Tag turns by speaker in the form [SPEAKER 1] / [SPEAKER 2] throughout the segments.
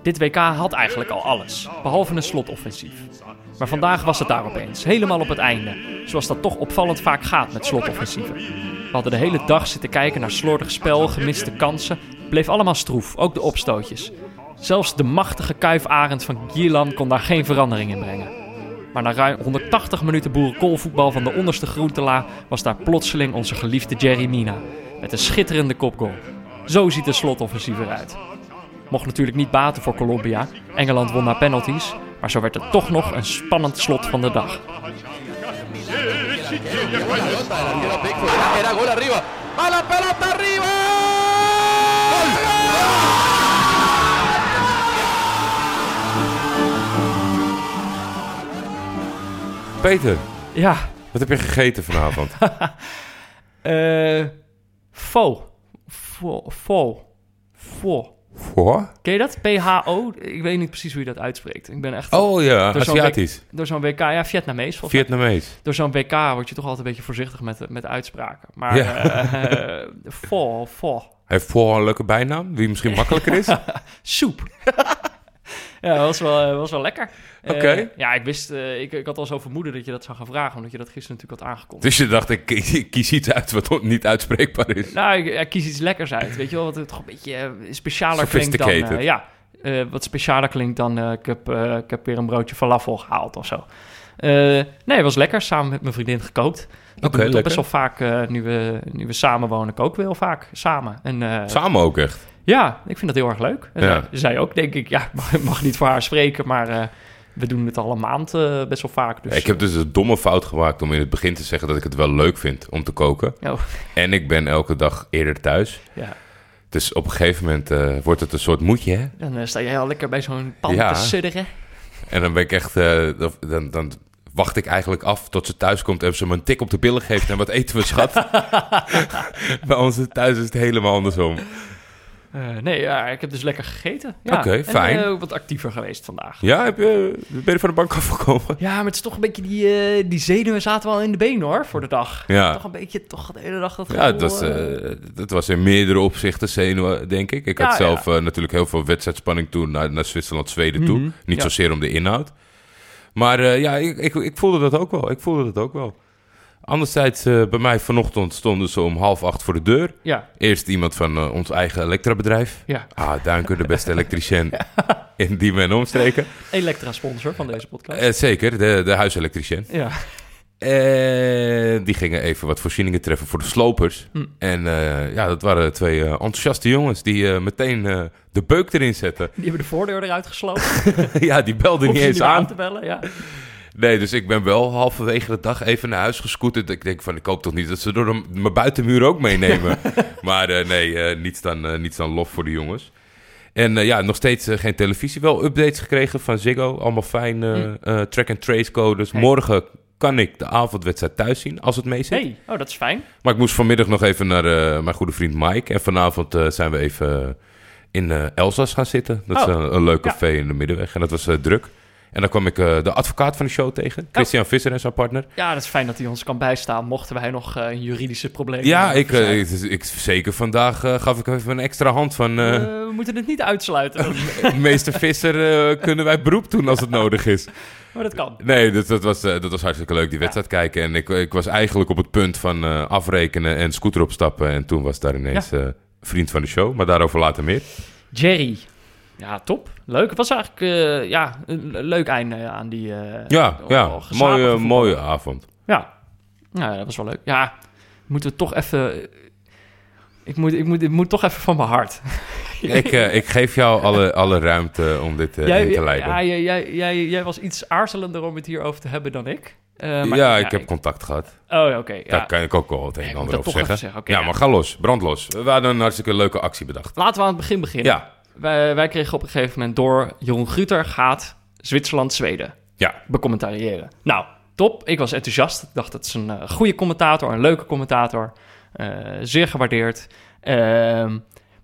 [SPEAKER 1] Dit WK had eigenlijk al alles, behalve een slotoffensief. Maar vandaag was het daar opeens, helemaal op het einde. Zoals dat toch opvallend vaak gaat met slotoffensieven. We hadden de hele dag zitten kijken naar slordig spel, gemiste kansen. Het bleef allemaal stroef, ook de opstootjes. Zelfs de machtige kuifarend van Gielan kon daar geen verandering in brengen. Maar na ruim 180 minuten boerenkoolvoetbal van de onderste groentela was daar plotseling onze geliefde Yerry Mina. Met een schitterende kopgoal. Zo ziet de slotoffensief eruit. Mocht natuurlijk niet baten voor Colombia. Engeland won na penalties. Maar zo werd het toch nog een spannend slot van de dag.
[SPEAKER 2] Peter,
[SPEAKER 1] Ja.
[SPEAKER 2] wat heb je gegeten vanavond?
[SPEAKER 1] Pho.
[SPEAKER 2] Voor?
[SPEAKER 1] Ken je dat? PHO? Ik weet niet precies hoe je dat uitspreekt. Ik ben echt...
[SPEAKER 2] Oh ja,
[SPEAKER 1] door zo'n
[SPEAKER 2] Aziatisch.
[SPEAKER 1] Door zo'n WK, ja, Vietnamees. Volgens mij.
[SPEAKER 2] Vietnamees.
[SPEAKER 1] Door zo'n WK word je toch altijd een beetje voorzichtig met uitspraken. Maar pho.
[SPEAKER 2] Heeft voor een leuke bijnaam, die misschien makkelijker is?
[SPEAKER 1] Soep. Ja, was wel lekker.
[SPEAKER 2] Oké.
[SPEAKER 1] Ja, ik wist... ik had al zo vermoeden dat je dat zou gaan vragen, omdat je dat gisteren natuurlijk had aangekondigd.
[SPEAKER 2] Dus je dacht, ik kies iets uit wat niet uitspreekbaar is.
[SPEAKER 1] Nou, ik kies iets lekkers uit, weet je wel, wat het toch een beetje specialer klinkt dan... wat specialer klinkt dan ik heb weer een broodje falafel gehaald of zo. Nee, het was lekker, samen met mijn vriendin gekookt. Ik doe toch best wel vaak, nu we samen wonen, koken we heel vaak samen. En,
[SPEAKER 2] samen ook echt?
[SPEAKER 1] Ja, ik vind dat heel erg leuk.
[SPEAKER 2] Ja.
[SPEAKER 1] Zij ook, denk ik. Ja, mag niet voor haar spreken, maar we doen het al een maand best wel vaak. Dus,
[SPEAKER 2] ik heb dus een domme fout gemaakt om in het begin te zeggen dat ik het wel leuk vind om te koken.
[SPEAKER 1] Oh.
[SPEAKER 2] En ik ben elke dag eerder thuis.
[SPEAKER 1] Ja.
[SPEAKER 2] Dus op een gegeven moment wordt het een soort moedje, hè?
[SPEAKER 1] Dan sta je heel lekker bij zo'n pan te sudderen.
[SPEAKER 2] En dan ben ik echt... Dan wacht ik eigenlijk af tot ze thuis komt en ze me een tik op de billen geeft en wat eten we, schat? Bij ons thuis is het helemaal andersom.
[SPEAKER 1] Ik heb dus lekker gegeten. Ja.
[SPEAKER 2] Oké, fijn.
[SPEAKER 1] En wat actiever geweest vandaag.
[SPEAKER 2] Ja, ben je van de bank afgekomen?
[SPEAKER 1] Ja, maar het is toch een beetje die zenuwen zaten wel in de benen, hoor, voor de dag.
[SPEAKER 2] Ja.
[SPEAKER 1] Toch een beetje, de hele dag dat
[SPEAKER 2] Ja, dat was in meerdere opzichten zenuwen, denk ik. Ik had zelf natuurlijk heel veel wedstrijdspanning toen naar Zwitserland, Zweden toe. Niet zozeer om de inhoud. Maar ik voelde dat ook wel. Anderzijds, bij mij vanochtend stonden ze om 7:30 voor de deur.
[SPEAKER 1] Ja.
[SPEAKER 2] Eerst iemand van ons eigen elektrabedrijf.
[SPEAKER 1] Ja.
[SPEAKER 2] Duinker, de beste elektricien in Diemen en omstreken.
[SPEAKER 1] Elektra-sponsor van deze podcast.
[SPEAKER 2] Zeker, de huiselektricien.
[SPEAKER 1] Ja.
[SPEAKER 2] Die gingen even wat voorzieningen treffen voor de slopers. En dat waren twee enthousiaste jongens die meteen de beuk erin zetten.
[SPEAKER 1] Die hebben de voordeur eruit gesloten.
[SPEAKER 2] Ja, die belden niet eens aan
[SPEAKER 1] te bellen, ja.
[SPEAKER 2] Nee, dus ik ben wel halverwege de dag even naar huis gescooterd. Ik denk van, ik hoop toch niet dat ze door mijn buitenmuur ook meenemen. Maar niets dan lof voor de jongens. En nog steeds geen televisie. Wel updates gekregen van Ziggo. Allemaal fijn. Track-and-trace codes. Hey. Morgen kan ik de avondwedstrijd thuis zien, als het mee zit.
[SPEAKER 1] Dat is fijn.
[SPEAKER 2] Maar ik moest vanmiddag nog even naar mijn goede vriend Mike. En vanavond zijn we even in Elzas gaan zitten. Dat is een leuk café in de Middenweg. En dat was druk. En dan kwam ik de advocaat van de show tegen. Christian Visser en zijn partner.
[SPEAKER 1] Ja, dat is fijn dat hij ons kan bijstaan. Mochten wij nog juridische problemen
[SPEAKER 2] Ja, ik zeker vandaag gaf ik even een extra hand van...
[SPEAKER 1] we moeten het niet uitsluiten.
[SPEAKER 2] Meester Visser, kunnen wij beroep doen als het nodig is.
[SPEAKER 1] Maar dat kan.
[SPEAKER 2] Nee, dat was hartstikke leuk, die wedstrijd kijken. En ik was eigenlijk op het punt van afrekenen en scooter opstappen. En toen was daar ineens vriend van de show. Maar daarover later meer.
[SPEAKER 1] Jerry. Ja, top. Leuk. Het was eigenlijk een leuk einde aan die...
[SPEAKER 2] mooie avond.
[SPEAKER 1] Ja, dat was wel leuk. Ja, moeten we toch even... Ik moet toch even van mijn hart.
[SPEAKER 2] Ik geef jou alle ruimte om dit in te leiden.
[SPEAKER 1] Ja, jij was iets aarzelender om het hierover te hebben dan ik.
[SPEAKER 2] Ik heb contact gehad.
[SPEAKER 1] Oh, oké.
[SPEAKER 2] Daar kan ik ook wel het een en ander over zeggen.
[SPEAKER 1] Okay,
[SPEAKER 2] maar ga los. Brand los. We hadden een hartstikke leuke actie bedacht.
[SPEAKER 1] Laten we aan het begin beginnen.
[SPEAKER 2] Ja.
[SPEAKER 1] Wij kregen op een gegeven moment door... Jeroen Gruter gaat Zwitserland-Zweden becommentariëren. Nou, top. Ik was enthousiast. Ik dacht, dat is een goede commentator, een leuke commentator. Zeer gewaardeerd. Maar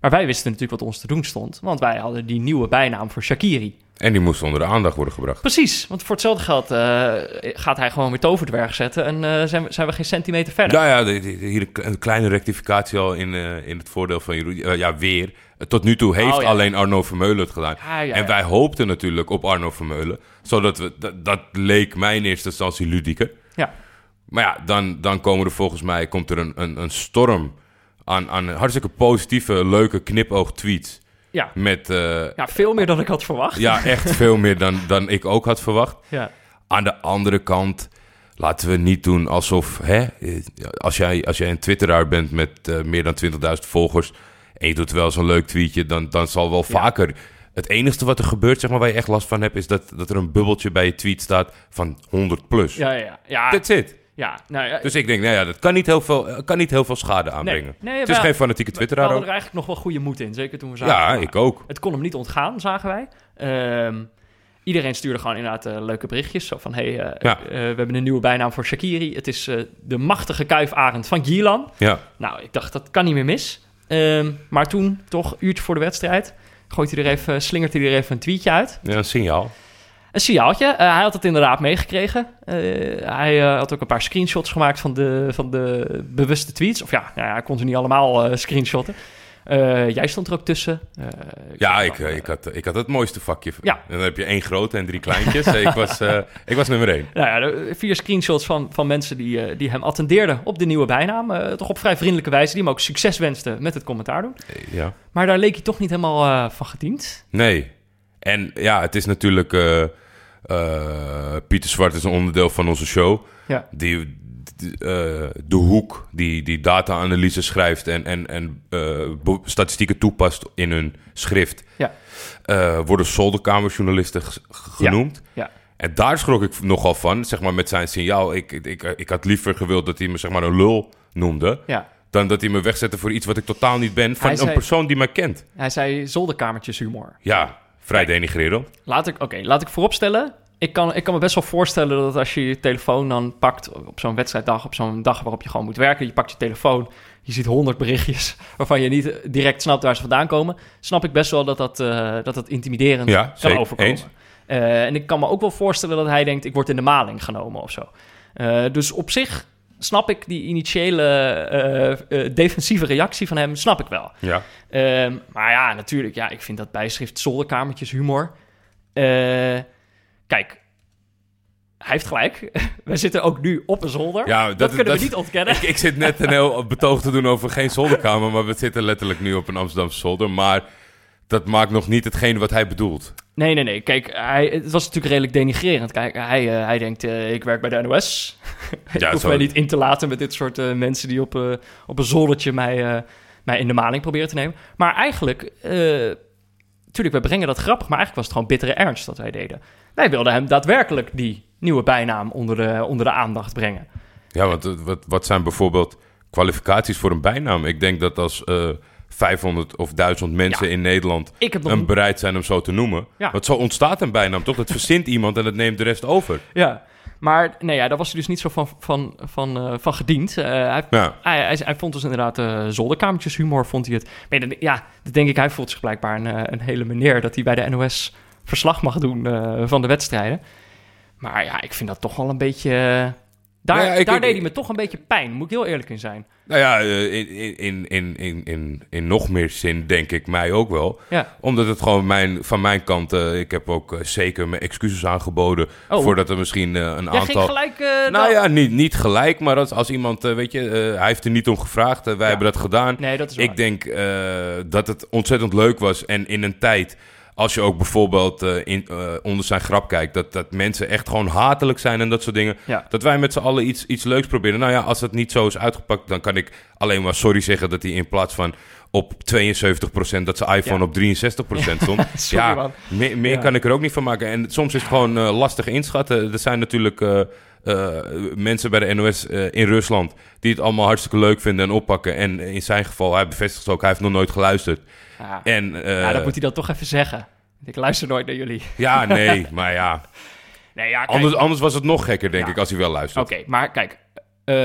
[SPEAKER 1] Maar wij wisten natuurlijk wat ons te doen stond. Want wij hadden die nieuwe bijnaam voor Shaqiri.
[SPEAKER 2] En die moest onder de aandacht worden gebracht.
[SPEAKER 1] Precies, want voor hetzelfde geld gaat hij gewoon weer toverdwerg zetten. En zijn we geen centimeter verder.
[SPEAKER 2] Nou ja, hier een kleine rectificatie al in het voordeel van Jeroen. Weer. Tot nu toe heeft alleen Arno Vermeulen het gedaan. En wij hoopten natuurlijk op Arno Vermeulen. Zodat dat leek mij in eerste instantie ludieker.
[SPEAKER 1] Ja.
[SPEAKER 2] Maar ja, dan komt er een storm aan hartstikke positieve, leuke knipoog-tweets.
[SPEAKER 1] Ja.
[SPEAKER 2] Met,
[SPEAKER 1] veel meer dan ik had verwacht.
[SPEAKER 2] Ja, echt veel meer dan ik ook had verwacht.
[SPEAKER 1] Ja.
[SPEAKER 2] Aan de andere kant, laten we niet doen alsof... Als jij een twitteraar bent met meer dan 20.000 volgers... en je doet wel zo'n leuk tweetje, dan zal wel vaker... Het enige wat er gebeurt, zeg maar, waar je echt last van hebt... is dat er een bubbeltje bij je tweet staat van 100 plus.
[SPEAKER 1] Ja.
[SPEAKER 2] That's it.
[SPEAKER 1] Ja,
[SPEAKER 2] dus ik denk, dat kan niet heel veel schade aanbrengen.
[SPEAKER 1] Nee,
[SPEAKER 2] het is geen fanatieke twitteraar.
[SPEAKER 1] We hadden er eigenlijk nog wel goede moed in. Zeker toen we zagen.
[SPEAKER 2] Ja, ik ook.
[SPEAKER 1] Het kon hem niet ontgaan, zagen wij. Iedereen stuurde gewoon inderdaad leuke berichtjes. Zo van, we hebben een nieuwe bijnaam voor Shaqiri. Het is de machtige kuifarend van Gilan. Ja. Nou, ik dacht, dat kan niet meer mis. Maar toen, toch, een uurtje voor de wedstrijd... slingert hij er even een tweetje uit.
[SPEAKER 2] Ja, een signaal.
[SPEAKER 1] Een signaaltje. Hij had het inderdaad meegekregen. Hij had ook een paar screenshots gemaakt van de bewuste tweets. Of hij kon ze niet allemaal screenshotten. Jij stond er ook tussen.
[SPEAKER 2] Ik had het mooiste vakje.
[SPEAKER 1] Ja.
[SPEAKER 2] En dan heb je 1 grote en 3 kleintjes. ik was nummer 1.
[SPEAKER 1] Nou ja, 4 screenshots van mensen die hem attendeerden op de nieuwe bijnaam. Toch op vrij vriendelijke wijze. Die hem ook succes wensten met het commentaar doen.
[SPEAKER 2] Ja.
[SPEAKER 1] Maar daar leek hij toch niet helemaal van gediend.
[SPEAKER 2] Nee. En ja, het is natuurlijk... Pieter Zwart is een onderdeel van onze show. Ja. De Hoek, die data-analyse schrijft en statistieken toepast in hun schrift, worden zolderkamerjournalisten genoemd. Ja. En daar schrok ik nogal van, zeg maar, met zijn signaal. Ik had liever gewild dat hij me, zeg maar, een lul noemde, dan dat hij me wegzette voor iets wat ik totaal niet ben, van een persoon die mij kent.
[SPEAKER 1] Hij zei zolderkamertjeshumor.
[SPEAKER 2] Ja, vrij denigrerend.
[SPEAKER 1] Laat ik vooropstellen. Ik kan me best wel voorstellen dat als je je telefoon dan pakt op zo'n wedstrijddag, op zo'n dag waarop je gewoon moet werken, je pakt je telefoon, je ziet 100 berichtjes waarvan je niet direct snapt waar ze vandaan komen, snap ik best wel dat intimiderend kan overkomen. En ik kan me ook wel voorstellen dat hij denkt, ik word in de maling genomen of zo. Dus op zich snap ik die initiële defensieve reactie van hem, snap ik wel. Ja. Maar ja, natuurlijk, ik vind dat bijschrift zolderkamertjes humor. Kijk, hij heeft gelijk. We zitten ook nu op een zolder. Ja, dat kunnen we niet ontkennen.
[SPEAKER 2] Ik zit net een heel betoog te doen over geen zolderkamer, maar we zitten letterlijk nu op een Amsterdamse zolder. Maar dat maakt nog niet hetgeen wat hij bedoelt.
[SPEAKER 1] Nee. Kijk, het was natuurlijk redelijk denigrerend. Kijk, hij denkt, ik werk bij de NOS. Ik hoef mij niet in te laten met dit soort mensen die op een zoldertje mij in de maling proberen te nemen. Maar eigenlijk, natuurlijk, we brengen dat grappig, maar eigenlijk was het gewoon bittere ernst dat wij deden. Wij wilden hem daadwerkelijk die nieuwe bijnaam onder de aandacht brengen.
[SPEAKER 2] Ja, want wat zijn bijvoorbeeld kwalificaties voor een bijnaam? Ik denk dat als 500 of 1000 mensen in Nederland bereid zijn om zo te noemen. Ja. Want zo ontstaat een bijnaam, toch? Dat verzint iemand en dat neemt de rest over.
[SPEAKER 1] Ja, maar nee, daar was hij dus niet zo van gediend. Hij vond dus inderdaad zolderkamertjeshumor, vond hij het. Maar dat denk ik, hij voelt zich blijkbaar een hele meneer dat hij bij de NOS verslag mag doen van de wedstrijden. Maar ik vind dat toch wel een beetje... Daar deed hij me toch een beetje pijn, moet ik heel eerlijk in zijn.
[SPEAKER 2] Nou ja, in nog meer zin denk ik mij ook wel. Ja. Omdat het gewoon van mijn kant... ik heb ook zeker mijn excuses aangeboden... voordat er misschien een aantal...
[SPEAKER 1] Jij ging gelijk...
[SPEAKER 2] niet gelijk, maar als iemand... hij heeft er niet om gevraagd. Wij hebben dat gedaan.
[SPEAKER 1] Nee, dat is waar.
[SPEAKER 2] Ik denk dat het ontzettend leuk was. En in een tijd... Als je ook bijvoorbeeld onder zijn grap kijkt... Dat mensen echt gewoon hatelijk zijn en dat soort dingen... Ja. Dat wij met z'n allen iets leuks proberen. Nou ja, als het niet zo is uitgepakt... dan kan ik alleen maar sorry zeggen... dat hij in plaats van op 72% dat zijn iPhone op 63% stond.
[SPEAKER 1] Sorry, man.
[SPEAKER 2] Meer kan ik er ook niet van maken. En soms is het gewoon lastig inschatten. Er zijn natuurlijk mensen bij de NOS in Rusland... die het allemaal hartstikke leuk vinden en oppakken. En in zijn geval, hij bevestigt ook... hij heeft nog nooit geluisterd.
[SPEAKER 1] Ja. En, dat moet hij dan toch even zeggen. Ik luister nooit naar jullie.
[SPEAKER 2] Ja, nee, maar ja.
[SPEAKER 1] Nee, ja, kijk,
[SPEAKER 2] anders was het nog gekker, denk ik, als hij wel luistert.
[SPEAKER 1] Oké, maar kijk.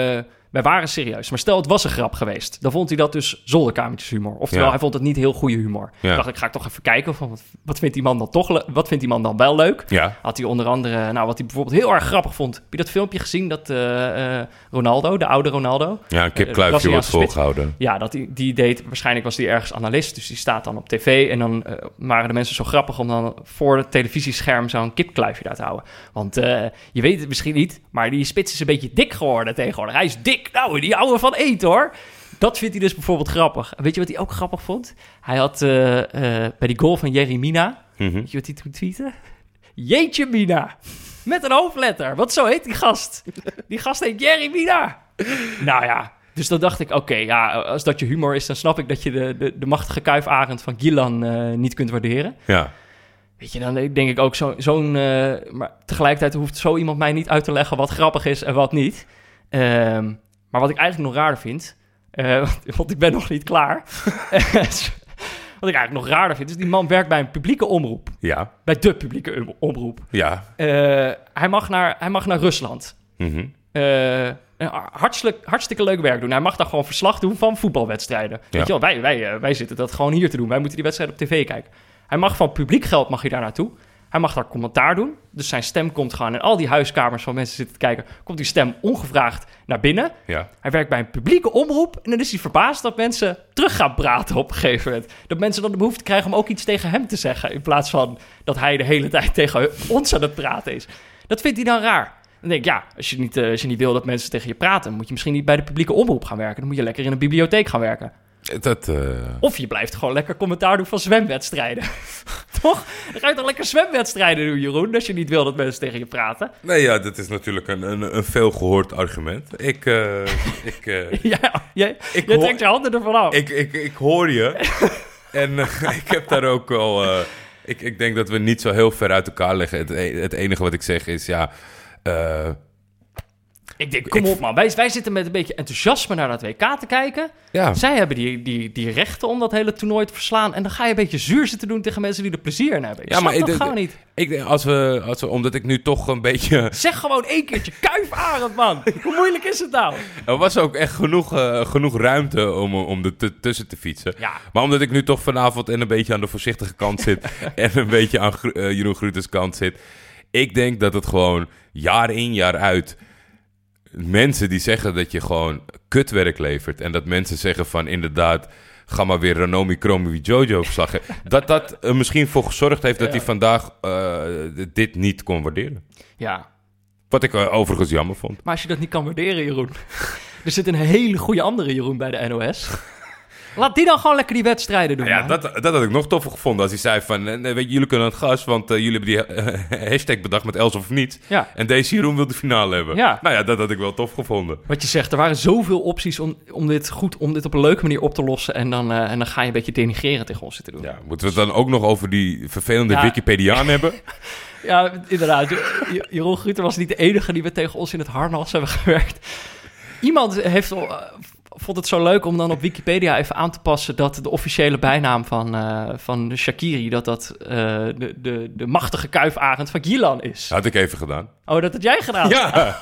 [SPEAKER 1] wij waren serieus. Maar stel, het was een grap geweest. Dan vond hij dat dus zolderkamertjeshumor. Oftewel, hij vond het niet heel goede humor.
[SPEAKER 2] Ja.
[SPEAKER 1] Dacht ik, ga ik toch even kijken van wat vindt die man dan toch wat vindt die man dan wel leuk?
[SPEAKER 2] Ja.
[SPEAKER 1] Had hij onder andere, wat hij bijvoorbeeld heel erg grappig vond. Heb je dat filmpje gezien dat Ronaldo, de oude Ronaldo...
[SPEAKER 2] Ja, een kipkluifje wordt volgehouden.
[SPEAKER 1] Ja, dat die deed, waarschijnlijk was die ergens analist, dus die staat dan op tv en dan waren de mensen zo grappig om dan voor het televisiescherm zo'n kipkluifje daar te houden. Want je weet het misschien niet, maar die spits is een beetje dik geworden tegenwoordig. Hij is dik, nou, die houden van eten hoor. Dat vindt hij dus bijvoorbeeld grappig. Weet je wat hij ook grappig vond? Hij had bij die goal van Yerry Mina, weet je wat hij toen tweette? Jeetje Mina, met een hoofdletter, want zo heet die gast. Die gast heet Yerry Mina. Nou ja, dus dan dacht ik, oké, als dat je humor is, dan snap ik dat je de machtige kuifarend van Gilan niet kunt waarderen.
[SPEAKER 2] Ja.
[SPEAKER 1] Weet je, dan denk ik ook maar tegelijkertijd hoeft zo iemand mij niet uit te leggen wat grappig is en wat niet. Maar wat ik eigenlijk nog raarder vind, want ik ben nog niet klaar. Wat ik eigenlijk nog raarder vind, is die man werkt bij een publieke omroep.
[SPEAKER 2] Ja.
[SPEAKER 1] Bij de publieke omroep.
[SPEAKER 2] Ja.
[SPEAKER 1] Hij mag naar Rusland.
[SPEAKER 2] Mm-hmm.
[SPEAKER 1] Hartstikke leuk werk doen. Hij mag daar gewoon verslag doen van voetbalwedstrijden.
[SPEAKER 2] Ja.
[SPEAKER 1] Weet je wel, wij zitten dat gewoon hier te doen. Wij moeten die wedstrijd op tv kijken. Hij mag van publiek geld mag hij daar naartoe. Hij mag daar commentaar doen. Dus zijn stem komt gewoon in al die huiskamers van mensen zitten te kijken. Komt die stem ongevraagd naar binnen.
[SPEAKER 2] Ja.
[SPEAKER 1] Hij werkt bij een publieke omroep. En dan is hij verbaasd dat mensen terug gaan praten op een gegeven moment. Dat mensen dan de behoefte krijgen om ook iets tegen hem te zeggen. In plaats van dat hij de hele tijd tegen ons aan het praten is. Dat vindt hij dan raar. Dan denk ik, als je niet wil dat mensen tegen je praten, moet je misschien niet bij de publieke omroep gaan werken. Dan moet je lekker in een bibliotheek gaan werken. Of je blijft gewoon lekker commentaar doen van zwemwedstrijden. Toch? Dan ga je toch lekker zwemwedstrijden doen, Jeroen, als je niet wil dat mensen tegen je praten.
[SPEAKER 2] Nee, ja, dat is natuurlijk een veelgehoord argument.
[SPEAKER 1] Jij trekt je handen ervan af.
[SPEAKER 2] Ik hoor je. En ik heb daar ook wel... Ik denk dat we niet zo heel ver uit elkaar liggen. Het enige wat ik zeg is,
[SPEAKER 1] ik denk, kom op man, wij zitten met een beetje enthousiasme naar dat WK te kijken.
[SPEAKER 2] Ja.
[SPEAKER 1] Zij hebben die rechten om dat hele toernooi te verslaan. En dan ga je een beetje zuur zitten doen tegen mensen die er plezier in hebben. Dat gewoon niet.
[SPEAKER 2] Ik denk, als we, omdat ik nu toch een beetje...
[SPEAKER 1] Zeg gewoon 1 keertje kuifarend, man. Hoe moeilijk is het nou?
[SPEAKER 2] Er was ook echt genoeg ruimte om er tussen te fietsen.
[SPEAKER 1] Ja.
[SPEAKER 2] Maar omdat ik nu toch vanavond en een beetje aan de voorzichtige kant zit... en een beetje aan Jeroen Gruters kant zit... Ik denk dat het gewoon jaar in, jaar uit... mensen die zeggen dat je gewoon kutwerk levert... en dat mensen zeggen van inderdaad... ga maar weer Ranomi Kromi Jojo verslagen... dat er misschien voor gezorgd heeft dat hij vandaag dit niet kon waarderen.
[SPEAKER 1] Ja.
[SPEAKER 2] Wat ik overigens jammer vond.
[SPEAKER 1] Maar als je dat niet kan waarderen, Jeroen... er zit een hele goede andere Jeroen bij de NOS... Laat die dan gewoon lekker die wedstrijden doen.
[SPEAKER 2] Ja, dat had ik nog toffer gevonden. Als hij zei van, weet je, jullie kunnen aan het gas... want jullie hebben die hashtag bedacht met Els of niet.
[SPEAKER 1] Ja.
[SPEAKER 2] En deze Jeroen wil de finale hebben.
[SPEAKER 1] Ja.
[SPEAKER 2] Nou ja, dat had ik wel tof gevonden.
[SPEAKER 1] Wat je zegt, er waren zoveel opties om dit op een leuke manier op te lossen... en dan ga je een beetje denigreren tegen ons zitten doen.
[SPEAKER 2] Ja, moeten we het dan ook nog over die vervelende Wikipediaan hebben?
[SPEAKER 1] Ja, inderdaad. Jeroen Gruter was niet de enige die we tegen ons in het harnas hebben gewerkt. Iemand vond het zo leuk om dan op Wikipedia even aan te passen... dat de officiële bijnaam van Shaqiri... dat de machtige kuifarend van Gilan is.
[SPEAKER 2] Dat had ik even gedaan.
[SPEAKER 1] Oh, dat had jij gedaan?
[SPEAKER 2] Ja.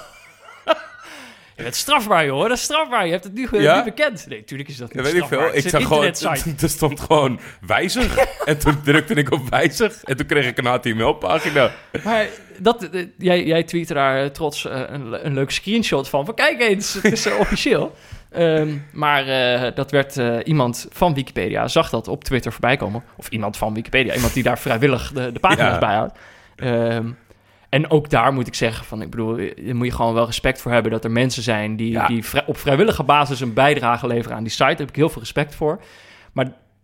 [SPEAKER 1] Je bent strafbaar, joh. Dat is strafbaar. Je hebt het nu bekend. Nee, natuurlijk is dat niet strafbaar.
[SPEAKER 2] Weet ik veel. Ik zag gewoon... Er stond gewoon wijzig. En toen drukte ik op wijzig. En toen kreeg ik een HTML-pagina.
[SPEAKER 1] Maar jij tweette daar trots een leuk screenshot van kijk eens, het is officieel. Maar dat werd iemand van Wikipedia, zag dat op Twitter voorbij komen. Of iemand van Wikipedia, iemand die daar vrijwillig de pagina's bijhoudt. En ook daar moet ik zeggen, ik bedoel, daar moet je gewoon wel respect voor hebben... dat er mensen zijn die op vrijwillige basis een bijdrage leveren aan die site. Daar heb ik heel veel respect voor. Maar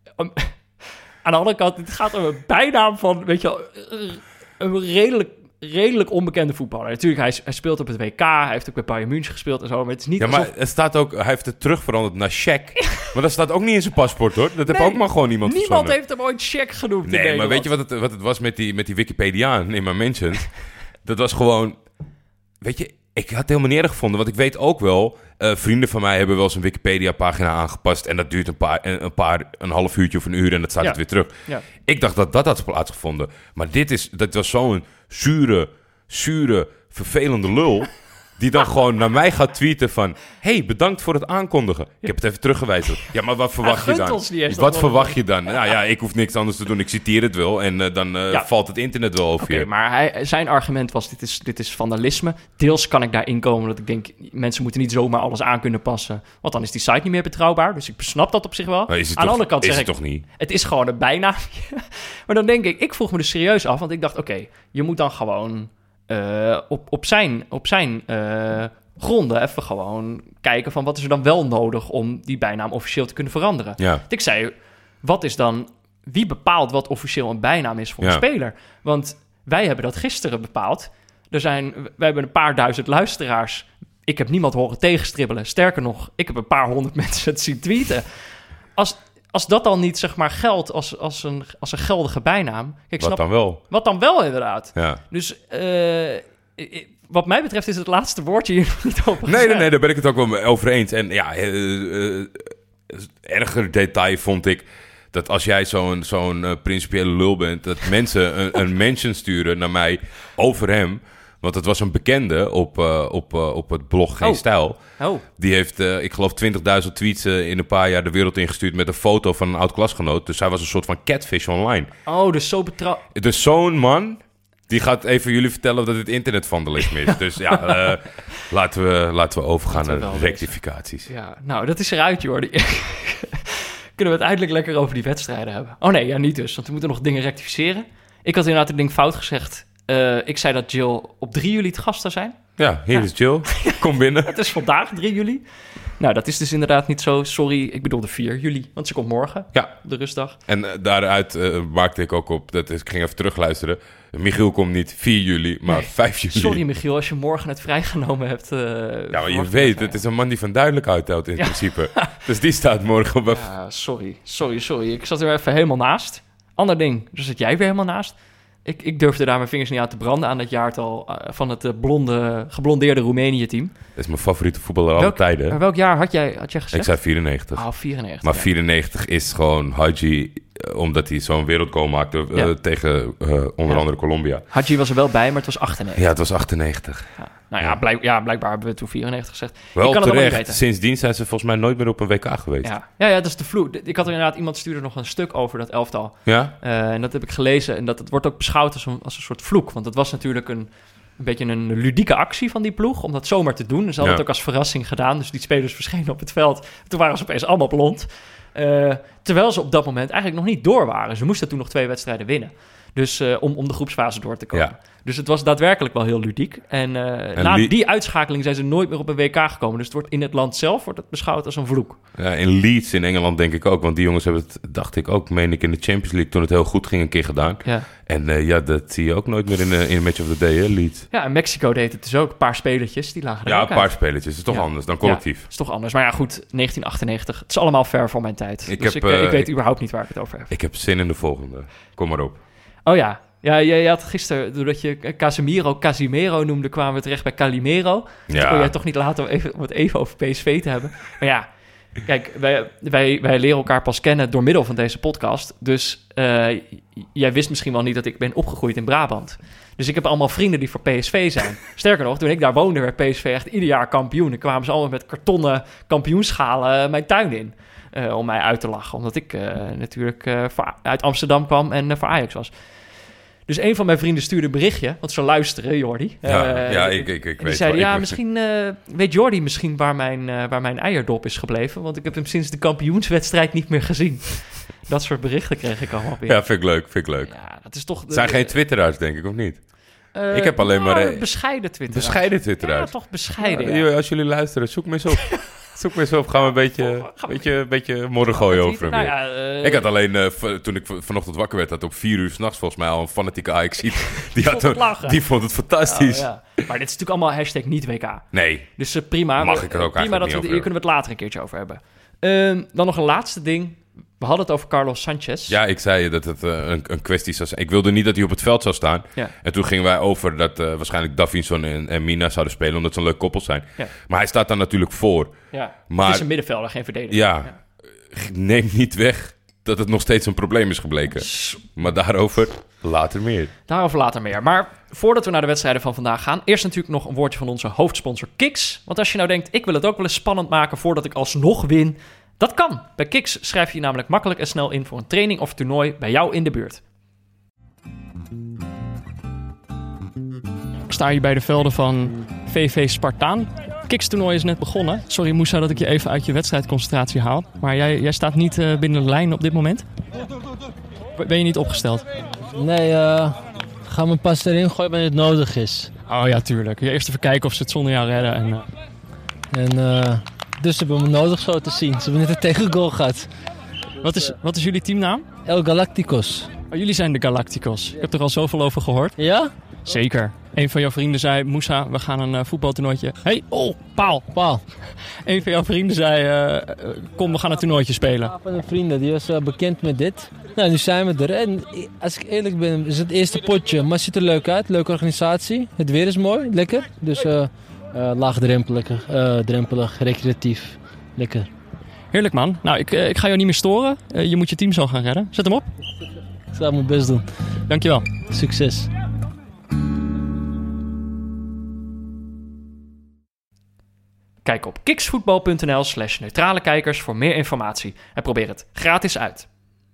[SPEAKER 1] aan de andere kant, het gaat om een bijnaam van, weet je wel, een redelijk onbekende voetballer. Natuurlijk, hij speelt op het WK, hij heeft ook bij Bayern München gespeeld en zo, maar het is niet
[SPEAKER 2] maar het staat ook, hij heeft het terug veranderd naar Shaq. Maar dat staat ook niet in zijn paspoort, hoor. Dat heeft ook maar gewoon niemand
[SPEAKER 1] heeft hem ooit Shaq genoemd.
[SPEAKER 2] Nee, maar weet je wat het was met die Wikipediaan in mijn mentions? Dat was gewoon... Weet je, ik had het helemaal niet erg gevonden, want ik weet ook wel... vrienden van mij hebben wel eens een Wikipedia-pagina aangepast... en dat duurt een half uurtje of een uur en dat staat het weer terug. Ja. Ik dacht dat had plaatsgevonden. Maar dat was zo'n zure, vervelende lul... die dan gewoon naar mij gaat tweeten van... hey, bedankt voor het aankondigen. Ik heb het even teruggewezen. Ja, maar wat verwacht je dan? Wat verwacht je dan? Nou ja, ik hoef niks anders te doen. Ik citeer het wel en dan valt het internet wel over je.
[SPEAKER 1] Maar zijn argument was, dit is vandalisme. Deels kan ik daarin komen dat ik denk... mensen moeten niet zomaar alles aan kunnen passen. Want dan is die site niet meer betrouwbaar. Dus ik snap dat op zich wel. Aan de andere kant zeg ik... toch niet? Het is gewoon een bijnaam. Maar dan denk ik vroeg me dus serieus af. Want ik dacht, oké, je moet dan gewoon... op zijn gronden even gewoon kijken van wat is er dan wel nodig om die bijnaam officieel te kunnen veranderen. Ja. Ik zei, wat is dan, wie bepaalt wat officieel een bijnaam is voor een speler? Want wij hebben dat gisteren bepaald. Wij hebben een paar duizend luisteraars. Ik heb niemand horen tegenstribbelen. Sterker nog, ik heb een paar honderd mensen het zien tweeten. Als dat dan niet, zeg maar, geldt als een geldige bijnaam...
[SPEAKER 2] Wat dan wel?
[SPEAKER 1] Wat dan wel, inderdaad.
[SPEAKER 2] Ja.
[SPEAKER 1] Dus wat mij betreft is het laatste woordje hier niet over gezegd.
[SPEAKER 2] Nee, daar ben ik het ook wel over eens. En ja, erger detail vond ik... dat als jij zo'n principiële lul bent... dat mensen een mention sturen naar mij over hem... Want het was een bekende op het blog Geen Stijl.
[SPEAKER 1] Oh.
[SPEAKER 2] Die heeft, ik geloof, 20.000 tweets in een paar jaar de wereld ingestuurd... met een foto van een oud-klasgenoot. Dus hij was een soort van catfish online.
[SPEAKER 1] Oh, dus zo
[SPEAKER 2] Dus zo'n man, die gaat even jullie vertellen dat het internetvandalisme is. Dus ja, laten we overgaan naar rectificaties.
[SPEAKER 1] Ja, nou, dat is eruit, Jordi. Kunnen we het eindelijk lekker over die wedstrijden hebben? Oh nee, ja, niet dus. Want we moeten nog dingen rectificeren. Ik had inderdaad, ik denk, fout gezegd... ik zei dat Jill op 3 juli het gast zou zijn.
[SPEAKER 2] Ja, hier is Jill. Kom binnen.
[SPEAKER 1] Het is vandaag 3 juli. Nou, dat is dus inderdaad niet zo. Sorry, ik bedoelde 4 juli. Want ze komt morgen, de rustdag.
[SPEAKER 2] En daaruit maakte ik ook op... ik ging even terugluisteren. Michiel komt niet 4 juli, maar 5 juli.
[SPEAKER 1] Sorry, Michiel, als je morgen het vrijgenomen hebt.
[SPEAKER 2] Ja, maar je weet, het is een man die van duidelijkheid houdt in principe. Dus die staat morgen op...
[SPEAKER 1] Ja, sorry. Ik zat er even helemaal naast. Ander ding, dus zit jij weer helemaal naast. Ik durfde daar mijn vingers niet aan te branden aan het jaartal van het geblondeerde Roemenië-team.
[SPEAKER 2] Dat is mijn favoriete voetballer aller tijden.
[SPEAKER 1] Maar welk jaar had jij gezegd?
[SPEAKER 2] Ik zei 94.
[SPEAKER 1] Ah, 94.
[SPEAKER 2] Maar 94 is gewoon Hadji, omdat hij zo'n wereldgoal maakte tegen onder andere Colombia.
[SPEAKER 1] Hadji was er wel bij, maar het was 98.
[SPEAKER 2] Ja, het was 98.
[SPEAKER 1] Ja. Nou ja, blijkbaar hebben we toen 94 gezegd.
[SPEAKER 2] Wel terecht. Sindsdien zijn ze volgens mij nooit meer op een WK geweest.
[SPEAKER 1] Ja, dat is de vloek. Ik had er inderdaad, iemand stuurde nog een stuk over dat elftal.
[SPEAKER 2] Ja?
[SPEAKER 1] En dat heb ik gelezen. En dat wordt ook beschouwd als een soort vloek. Want het was natuurlijk een beetje een ludieke actie van die ploeg, om dat zomaar te doen. Ze hadden het ook als verrassing gedaan. Dus die spelers verschenen op het veld. Toen waren ze opeens allemaal blond. Terwijl ze op dat moment eigenlijk nog niet door waren. Ze moesten toen nog 2 wedstrijden winnen. Dus om de groepsfase door te komen. Ja. Dus het was daadwerkelijk wel heel ludiek. En na die uitschakeling zijn ze nooit meer op een WK gekomen. Dus het wordt in het land zelf beschouwd als een vloek.
[SPEAKER 2] Ja, in Leeds in Engeland denk ik ook. Want die jongens hebben het, dacht ik ook, meen ik, in de Champions League... toen het heel goed ging, een keer gedaan. Ja. En dat zie je ook nooit meer in Match of the Day, hè, Leeds.
[SPEAKER 1] Ja, en Mexico deed het dus ook. Een paar spelertjes, die lagen er ook uit.
[SPEAKER 2] Ja, een paar spelertjes. Dat is toch anders dan collectief.
[SPEAKER 1] Ja, is toch anders. Maar ja, goed, 1998. Het is allemaal ver voor mijn tijd. Ik weet überhaupt niet waar ik het over heb.
[SPEAKER 2] Ik heb zin in de volgende. Kom maar op.
[SPEAKER 1] Oh ja. Ja, je had gisteren, doordat je Casimiro noemde, kwamen we terecht bij Calimero. Ja. Dat kon jij toch niet laten om het even over PSV te hebben. Maar ja, kijk, wij leren elkaar pas kennen door middel van deze podcast. Dus jij wist misschien wel niet dat ik ben opgegroeid in Brabant. Dus ik heb allemaal vrienden die voor PSV zijn. Sterker nog, toen ik daar woonde, werd PSV echt ieder jaar kampioen. En kwamen ze allemaal met kartonnen kampioenschalen mijn tuin in. Om mij uit te lachen. Omdat ik natuurlijk uit Amsterdam kwam en voor Ajax was. Dus een van mijn vrienden stuurde een berichtje, want ze luisteren, Jordi.
[SPEAKER 2] Ik weet
[SPEAKER 1] die zeiden, misschien weet Jordi misschien waar mijn eierdop is gebleven, want ik heb hem sinds de kampioenswedstrijd niet meer gezien. Dat soort berichten kreeg ik allemaal weer.
[SPEAKER 2] Ja, vind ik leuk.
[SPEAKER 1] Ja, dat is toch...
[SPEAKER 2] Het zijn geen twitteraars, denk ik, of niet? Ik heb alleen maar...
[SPEAKER 1] bescheiden twitteraars.
[SPEAKER 2] Bescheiden twitteraars.
[SPEAKER 1] Ja, toch bescheiden. Ja.
[SPEAKER 2] Als jullie luisteren, zoek me eens op. Zoek me eens op, gaan we een beetje modder gooien over hem. Ik had alleen, toen ik vanochtend wakker werd, dat op 4 uur 's nachts volgens mij al een fanatieke Ajax-iet. Die vond het fantastisch.
[SPEAKER 1] Oh, ja. Maar dit is natuurlijk allemaal hashtag niet WK.
[SPEAKER 2] Nee.
[SPEAKER 1] Dus prima.
[SPEAKER 2] Mag ik er ook
[SPEAKER 1] prima dat
[SPEAKER 2] niet
[SPEAKER 1] hier kunnen we het later een keertje over hebben. Dan nog een laatste ding. We hadden het over Carlos Sanchez.
[SPEAKER 2] Ja, ik zei dat het een kwestie zou zijn. Ik wilde niet dat hij op het veld zou staan. Ja. En toen gingen wij over dat waarschijnlijk Davinson en Mina zouden spelen, omdat ze een leuk koppel zijn. Ja. Maar hij staat daar natuurlijk voor.
[SPEAKER 1] Ja, maar het is een middenvelder, geen verdediger.
[SPEAKER 2] Ja, neem niet weg dat het nog steeds een probleem is gebleken. Maar daarover Later meer.
[SPEAKER 1] Daarover later meer. Maar voordat we naar de wedstrijden van vandaag gaan, eerst natuurlijk nog een woordje van onze hoofdsponsor Kiks. Want als je nou denkt, ik wil het ook wel eens spannend maken voordat ik alsnog win, dat kan. Bij Kiks schrijf je je namelijk makkelijk en snel in voor een training of toernooi bij jou in de buurt. Ik sta hier bij de velden van VV Spartaan. Kiks-toernooi is net begonnen. Sorry Moussa dat ik je even uit je wedstrijdconcentratie haal. Maar jij staat niet binnen de lijn op dit moment? Ben je niet opgesteld?
[SPEAKER 3] Nee, ga me pas erin gooien wanneer het nodig is.
[SPEAKER 1] Oh ja, tuurlijk. Eerst even kijken of ze het zonder jou redden.
[SPEAKER 3] Dus ze hebben me nodig zo te zien. Ze hebben net een tegengoal gehad.
[SPEAKER 1] Wat is jullie teamnaam?
[SPEAKER 3] El Galacticos.
[SPEAKER 1] Oh, jullie zijn de Galacticos. Ik heb er al zoveel over gehoord.
[SPEAKER 3] Ja?
[SPEAKER 1] Zeker. Een van jouw vrienden zei, Moussa, we gaan een voetbaltoernooitje. Paal. Een van jouw vrienden zei, kom, we gaan een toernooitje spelen.
[SPEAKER 3] Een van mijn vrienden, die was bekend met dit. Nou, nu zijn we er. En als ik eerlijk ben, is het eerste potje. Maar het ziet er leuk uit. Leuke organisatie. Het weer is mooi. Lekker. Dus laagdrempelig, recreatief. Lekker.
[SPEAKER 1] Heerlijk, man. Nou, ik ga jou niet meer storen. Je moet je team zo gaan redden. Zet hem op.
[SPEAKER 3] Ik zal mijn best doen.
[SPEAKER 1] Dankjewel.
[SPEAKER 3] Succes.
[SPEAKER 1] Kijk op kiksvoetbal.nl/neutrale kijkers voor meer informatie. En probeer het gratis uit.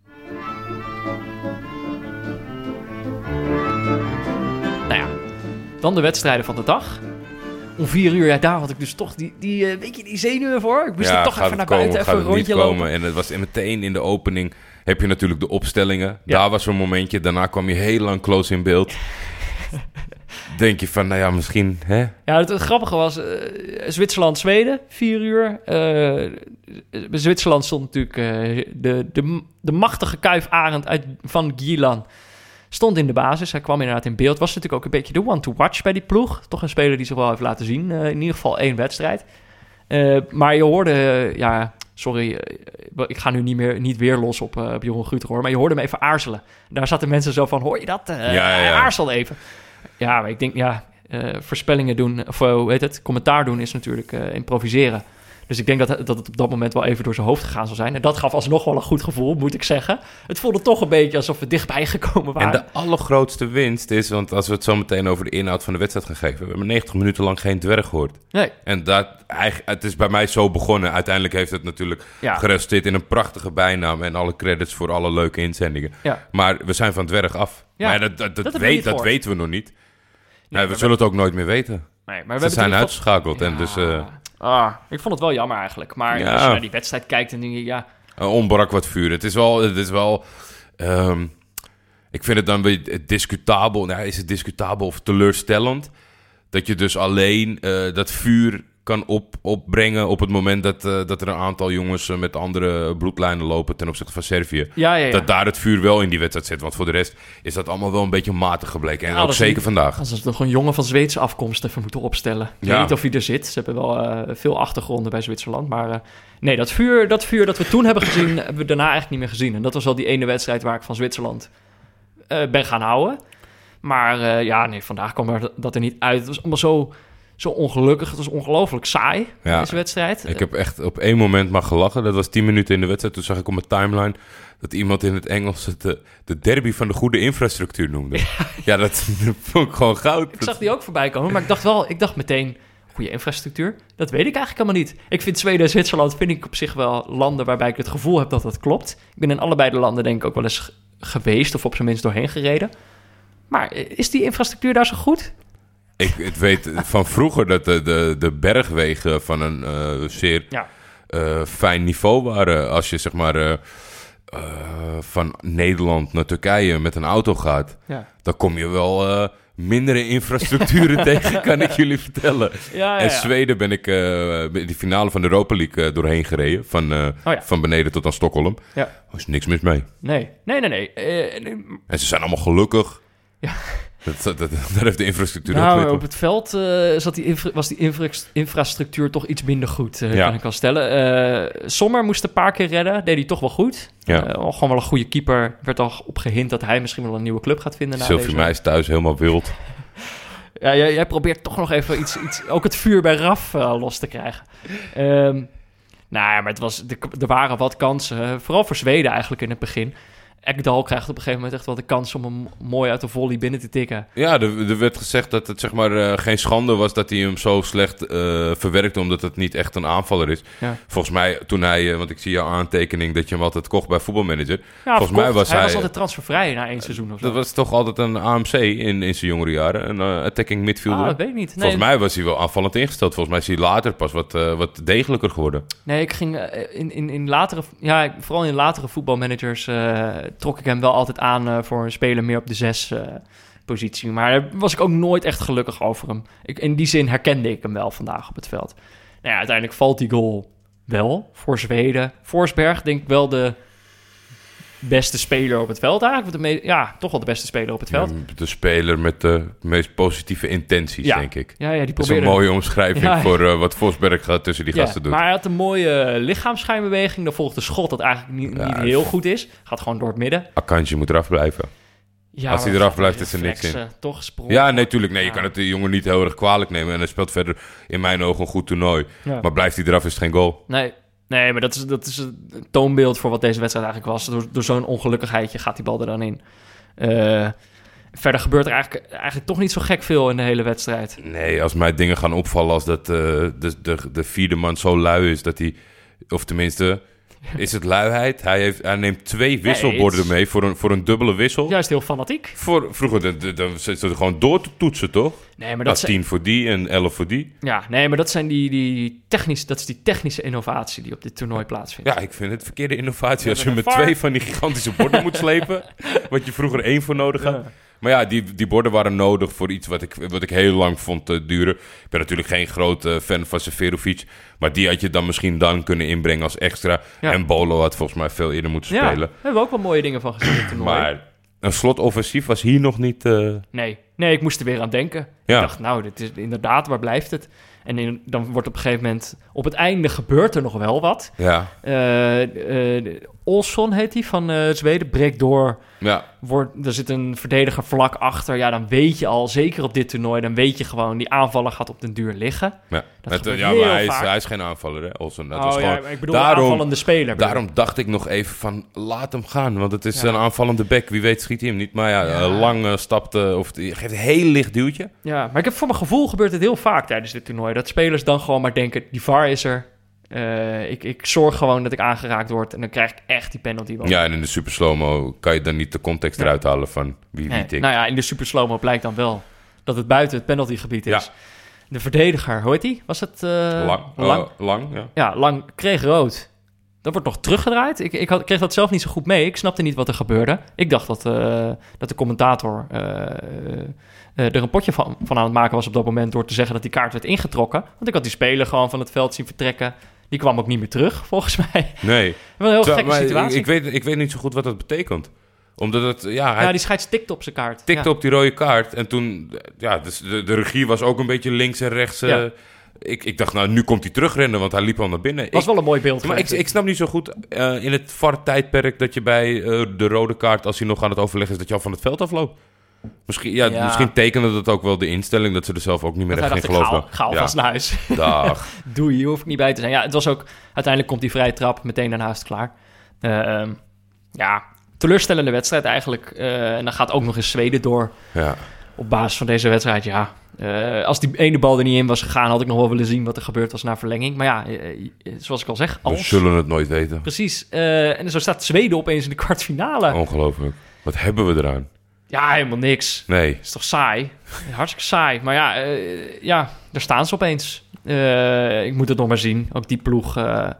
[SPEAKER 1] Nou ja, dan de wedstrijden van de dag. Om 4 uur, ja, daar had ik dus toch die zenuwen voor. Ik moest er toch even naar buiten, even een rondje lopen.
[SPEAKER 2] En het was meteen in de opening heb je natuurlijk de opstellingen.
[SPEAKER 1] Ja.
[SPEAKER 2] Daar was een momentje. Daarna kwam je heel lang close in beeld. Denk je van, nou ja, misschien, hè?
[SPEAKER 1] Ja, het grappige was, Zwitserland-Zweden, 4 uur. Bij Zwitserland stond natuurlijk de machtige Kuif Arend van Gielan. Stond in de basis, hij kwam inderdaad in beeld. Was natuurlijk ook een beetje de one to watch bij die ploeg. Toch een speler die zich wel heeft laten zien. In ieder geval 1 wedstrijd. Maar je hoorde, sorry, ik ga nu niet weer los op Jeroen Guter hoor. Maar je hoorde hem even aarzelen. Daar zaten mensen zo van, hoor je dat? Hij aarzelde even. Ja, maar ik denk, voorspellingen doen, of commentaar doen is natuurlijk improviseren. Dus ik denk dat het op dat moment wel even door zijn hoofd gegaan zal zijn. En dat gaf alsnog wel een goed gevoel, moet ik zeggen. Het voelde toch een beetje alsof we dichtbij gekomen waren.
[SPEAKER 2] En de allergrootste winst is, want als we het zo meteen over de inhoud van de wedstrijd gaan geven, we hebben 90 minuten lang geen dwerg gehoord.
[SPEAKER 1] Nee.
[SPEAKER 2] En het is bij mij zo begonnen. Uiteindelijk heeft het natuurlijk geresulteerd in een prachtige bijnaam en alle credits voor alle leuke inzendingen. Ja. Maar we zijn van dwerg af. Ja, maar dat weten we nog niet. Nee, we zullen het ook nooit meer weten. Nee, maar ze zijn uitgeschakeld. En dus,
[SPEAKER 1] ik vond het wel jammer eigenlijk. Maar als je naar die wedstrijd kijkt, dan denk je,
[SPEAKER 2] ontbrak wat vuur. Het is wel ik vind het dan weer discutabel. Nou, is het discutabel of teleurstellend? Dat je dus alleen dat vuur kan opbrengen op het moment dat er een aantal jongens met andere bloedlijnen lopen ten opzichte van Servië. Ja. Dat daar het vuur wel in die wedstrijd zit. Want voor de rest is dat allemaal wel een beetje matig gebleken. En ook zeker vandaag.
[SPEAKER 1] Als ze toch een jongen van Zweedse afkomst even moeten opstellen. Ik weet niet of hij er zit. Ze hebben wel veel achtergronden bij Zwitserland. Maar nee, dat vuur dat we toen hebben gezien, hebben we daarna eigenlijk niet meer gezien. En dat was wel die ene wedstrijd waar ik van Zwitserland ben gaan houden. Maar vandaag kwam dat er niet uit. Het was allemaal zo ongelukkig. Het was ongelooflijk saai, deze wedstrijd.
[SPEAKER 2] Ik heb echt op 1 moment maar gelachen. Dat was 10 minuten in de wedstrijd. Toen zag ik op mijn timeline dat iemand in het Engels het de derby van de goede infrastructuur noemde. Ja, dat vond ik gewoon goud.
[SPEAKER 1] Ik zag die ook voorbij komen, maar ik dacht meteen, goede infrastructuur? Dat weet ik eigenlijk helemaal niet. Ik vind Zweden en Zwitserland op zich wel landen waarbij ik het gevoel heb dat dat klopt. Ik ben in allebei de landen denk ik ook wel eens geweest of op zijn minst doorheen gereden. Maar is die infrastructuur daar zo goed?
[SPEAKER 2] Ik weet van vroeger dat de bergwegen van een zeer fijn niveau waren. Als je zeg maar van Nederland naar Turkije met een auto gaat, dan kom je wel mindere infrastructuuren tegen, kan ik jullie vertellen. En Zweden ben ik in de finale van de Europa League doorheen gereden. Van beneden tot aan Stockholm. Ja. Er was niks mis mee.
[SPEAKER 1] Nee.
[SPEAKER 2] En ze zijn allemaal gelukkig. Ja. Daar heeft de infrastructuur ook mee.
[SPEAKER 1] Op het veld was die infrastructuur toch iets minder goed, kan ik wel stellen. Sommer moest een paar keer redden, deed hij toch wel goed. Gewoon wel een goede keeper. Werd al op gehint dat hij misschien wel een nieuwe club gaat vinden.
[SPEAKER 2] Sylvie Meijs thuis helemaal wild.
[SPEAKER 1] Ja, jij probeert toch nog even iets ook het vuur bij Raf los te krijgen. Maar er waren wat kansen, vooral voor Zweden eigenlijk in het begin. Ekdal krijgt op een gegeven moment echt wel de kans om hem mooi uit de volley binnen te tikken.
[SPEAKER 2] Ja, er werd gezegd dat het zeg maar geen schande was dat hij hem zo slecht verwerkte, omdat het niet echt een aanvaller is.
[SPEAKER 1] Ja.
[SPEAKER 2] Volgens mij, toen hij, want ik zie jouw aantekening dat je hem altijd kocht bij Voetbalmanager.
[SPEAKER 1] Ja,
[SPEAKER 2] volgens mij was
[SPEAKER 1] hij was altijd transfervrij na 1 seizoen of zo.
[SPEAKER 2] Dat was toch altijd een AMC in zijn jongere jaren, een attacking midfielder.
[SPEAKER 1] Dat weet ik niet. Nee,
[SPEAKER 2] Volgens mij was hij wel aanvallend ingesteld. Volgens mij is hij later pas wat degelijker geworden.
[SPEAKER 1] Nee, ik ging in latere... Ja, vooral in latere voetbalmanagers trok ik hem wel altijd aan voor een speler meer op de 6 positie. Maar daar was ik ook nooit echt gelukkig over hem. In die zin herkende ik hem wel vandaag op het veld. Nou ja, uiteindelijk valt die goal wel voor Zweden. Forsberg denk ik wel de beste speler op het veld eigenlijk. Toch wel de beste speler op het veld.
[SPEAKER 2] Ja, de speler met de meest positieve intenties, denk ik.
[SPEAKER 1] Ja, die
[SPEAKER 2] dat is
[SPEAKER 1] probeerde...
[SPEAKER 2] een mooie omschrijving voor wat Forsberg gaat tussen die gasten doen.
[SPEAKER 1] Maar hij had een mooie lichaamsschijnbeweging. Dan volgt de schot dat eigenlijk niet heel goed is. Gaat gewoon door het midden.
[SPEAKER 2] Akanji moet eraf blijven.
[SPEAKER 1] Ja,
[SPEAKER 2] als hij eraf blijft, is er niks in.
[SPEAKER 1] Toch sprong.
[SPEAKER 2] Ja, natuurlijk. Nee, je kan het de jongen niet heel erg kwalijk nemen. En hij speelt verder in mijn ogen een goed toernooi. Ja. Maar blijft hij eraf, is het geen goal.
[SPEAKER 1] Nee, maar dat is een toonbeeld voor wat deze wedstrijd eigenlijk was. Door zo'n ongelukkigheidje gaat die bal er dan in. Verder gebeurt er eigenlijk toch niet zo gek veel in de hele wedstrijd.
[SPEAKER 2] Nee, als mij dingen gaan opvallen als dat de vierde man zo lui is dat hij... Of tenminste... Is het luiheid? Hij neemt 2 wisselborden mee voor een dubbele wissel.
[SPEAKER 1] Juist heel fanatiek.
[SPEAKER 2] Vroeger dan zit er gewoon door te toetsen, toch?
[SPEAKER 1] Nee, maar
[SPEAKER 2] dat 10 voor die en 11 voor die.
[SPEAKER 1] Ja, nee, maar dat zijn die technische innovatie die op dit toernooi plaatsvindt.
[SPEAKER 2] Ja, ik vind het verkeerde innovatie als je met 2 van die gigantische borden moet slepen. Wat je vroeger 1 voor nodig had. Ja. Maar ja, die borden waren nodig voor iets wat ik heel lang vond duren. Ik ben natuurlijk geen grote fan van Seferovic. Maar die had je dan misschien kunnen inbrengen als extra. Ja. En Bolo had volgens mij veel eerder moeten spelen.
[SPEAKER 1] Daar hebben we ook wel mooie dingen van gezien in het toernooi.
[SPEAKER 2] Maar een slotoffensief was hier nog niet...
[SPEAKER 1] Nee, ik moest er weer aan denken. Ja. Ik dacht, dit is inderdaad, waar blijft het? En dan wordt op een gegeven moment... Op het einde gebeurt er nog wel wat.
[SPEAKER 2] Ja.
[SPEAKER 1] Olsson heet hij van Zweden, breekt door.
[SPEAKER 2] Ja.
[SPEAKER 1] Er zit een verdediger vlak achter. Ja, dan weet je al, zeker op dit toernooi... dan weet je gewoon, die aanvaller gaat op den duur liggen.
[SPEAKER 2] Ja, maar hij is geen aanvaller, hè, Olsson. Dat was gewoon,
[SPEAKER 1] ik bedoel een aanvallende speler.
[SPEAKER 2] Daarom dacht ik nog even van, laat hem gaan. Want het is een aanvallende bek. Wie weet schiet hij hem niet. Maar lang stapte, of geeft een heel licht duwtje. Ja,
[SPEAKER 1] maar voor mijn gevoel gebeurt het heel vaak tijdens dit toernooi. Dat spelers dan gewoon maar denken, die VAR is er. Ik zorg gewoon dat ik aangeraakt word en dan krijg ik echt die penalty wel.
[SPEAKER 2] Ja, en in de super slow-mo kan je dan niet de context eruit halen van wie tikt.
[SPEAKER 1] Nou ja, in de super slow-mo blijkt dan wel dat het buiten het penaltygebied is. Ja. De verdediger, hoe heet die? Was het
[SPEAKER 2] Lang?
[SPEAKER 1] Ja, Lang kreeg rood. Dat wordt nog teruggedraaid. Ik kreeg dat zelf niet zo goed mee. Ik snapte niet wat er gebeurde. Ik dacht dat de commentator er een potje van aan het maken was op dat moment... door te zeggen dat die kaart werd ingetrokken. Want ik had die speler gewoon van het veld zien vertrekken. Die kwam ook niet meer terug, volgens mij.
[SPEAKER 2] Nee.
[SPEAKER 1] Wel een heel gekke situatie.
[SPEAKER 2] Ik weet niet zo goed wat dat betekent. Omdat het...
[SPEAKER 1] Ja, die scheids tikte op zijn kaart.
[SPEAKER 2] Tikte op die rode kaart. En toen... Ja, dus de regie was ook een beetje links en rechts... Ik dacht, nu komt hij terugrennen, want hij liep al naar binnen.
[SPEAKER 1] Dat was wel een mooi beeld.
[SPEAKER 2] Maar ik snap niet zo goed in het VAR-tijdperk... dat je bij de rode kaart, als hij nog aan het overleggen is... dat je al van het veld afloopt. Misschien tekende dat ook wel de instelling... dat ze er zelf ook niet meer echt in geloofden.
[SPEAKER 1] Ga alvast naar huis.
[SPEAKER 2] Dag.
[SPEAKER 1] Doei, hier hoef ik niet bij te zijn. Ja, het was ook... Uiteindelijk komt die vrije trap meteen daarnaast klaar. Teleurstellende wedstrijd eigenlijk. En dan gaat ook nog eens Zweden door.
[SPEAKER 2] Ja.
[SPEAKER 1] Op basis van deze wedstrijd, als die ene bal er niet in was gegaan... had ik nog wel willen zien wat er gebeurd was na verlenging. Maar zoals ik al zeg...
[SPEAKER 2] We zullen het nooit weten.
[SPEAKER 1] Precies. En zo staat Zweden opeens in de kwartfinale.
[SPEAKER 2] Ongelooflijk. Wat hebben we eraan?
[SPEAKER 1] Ja, helemaal niks.
[SPEAKER 2] Nee.
[SPEAKER 1] Is toch saai? Hartstikke saai. Maar daar staan ze opeens. Ik moet het nog maar zien. Ook die ploeg...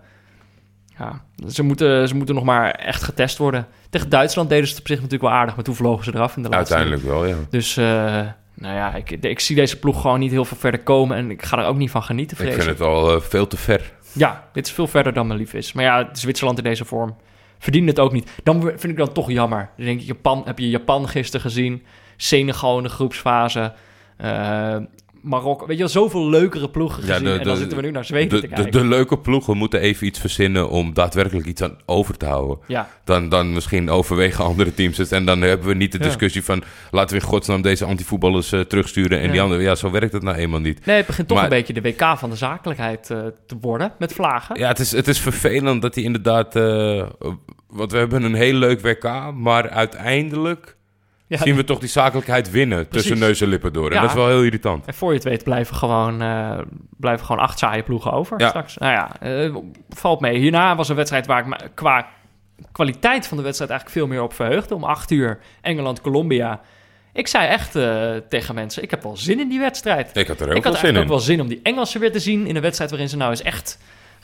[SPEAKER 1] Ze moeten nog maar echt getest worden. Tegen Duitsland deden ze het op zich natuurlijk wel aardig... maar toen vlogen ze eraf in de laatste.
[SPEAKER 2] Uiteindelijk wel, ja.
[SPEAKER 1] Dus ik zie deze ploeg gewoon niet heel veel verder komen... en ik ga er ook niet van genieten, vrees
[SPEAKER 2] ik. vind het al veel te ver.
[SPEAKER 1] Ja, dit is veel verder dan me lief is. Maar ja, Zwitserland in deze vorm verdient het ook niet. Dan vind ik dat toch jammer. Dan denk ik, heb je Japan gisteren gezien? Senegal in de groepsfase... Marokko, weet je wel, zoveel leukere ploegen gezien. En dan zitten we nu naar Zweden te kijken.
[SPEAKER 2] De leuke ploegen moeten even iets verzinnen om daadwerkelijk iets aan over te houden.
[SPEAKER 1] Ja.
[SPEAKER 2] Dan misschien overwegen andere teams het. En dan hebben we niet de discussie van... laten we in godsnaam deze antivoetballers terugsturen. En die anderen, ja, zo werkt het nou eenmaal niet.
[SPEAKER 1] Nee, het begint toch een beetje de WK van de zakelijkheid te worden met vlagen.
[SPEAKER 2] Ja, het is vervelend dat hij inderdaad... Want we hebben een heel leuk WK, maar uiteindelijk zien we toch die zakelijkheid winnen tussen neus en lippen door. En dat is wel heel irritant.
[SPEAKER 1] En voor je het weet blijven gewoon 8 saaie ploegen over straks. Nou ja, valt mee. Hierna was een wedstrijd waar ik me qua kwaliteit van de wedstrijd eigenlijk veel meer op verheugde. Om 8 uur Engeland-Colombia. Ik zei echt tegen mensen, ik heb wel zin in die wedstrijd.
[SPEAKER 2] Ik had er
[SPEAKER 1] ook wel zin om die Engelsen weer te zien in een wedstrijd waarin ze nou eens echt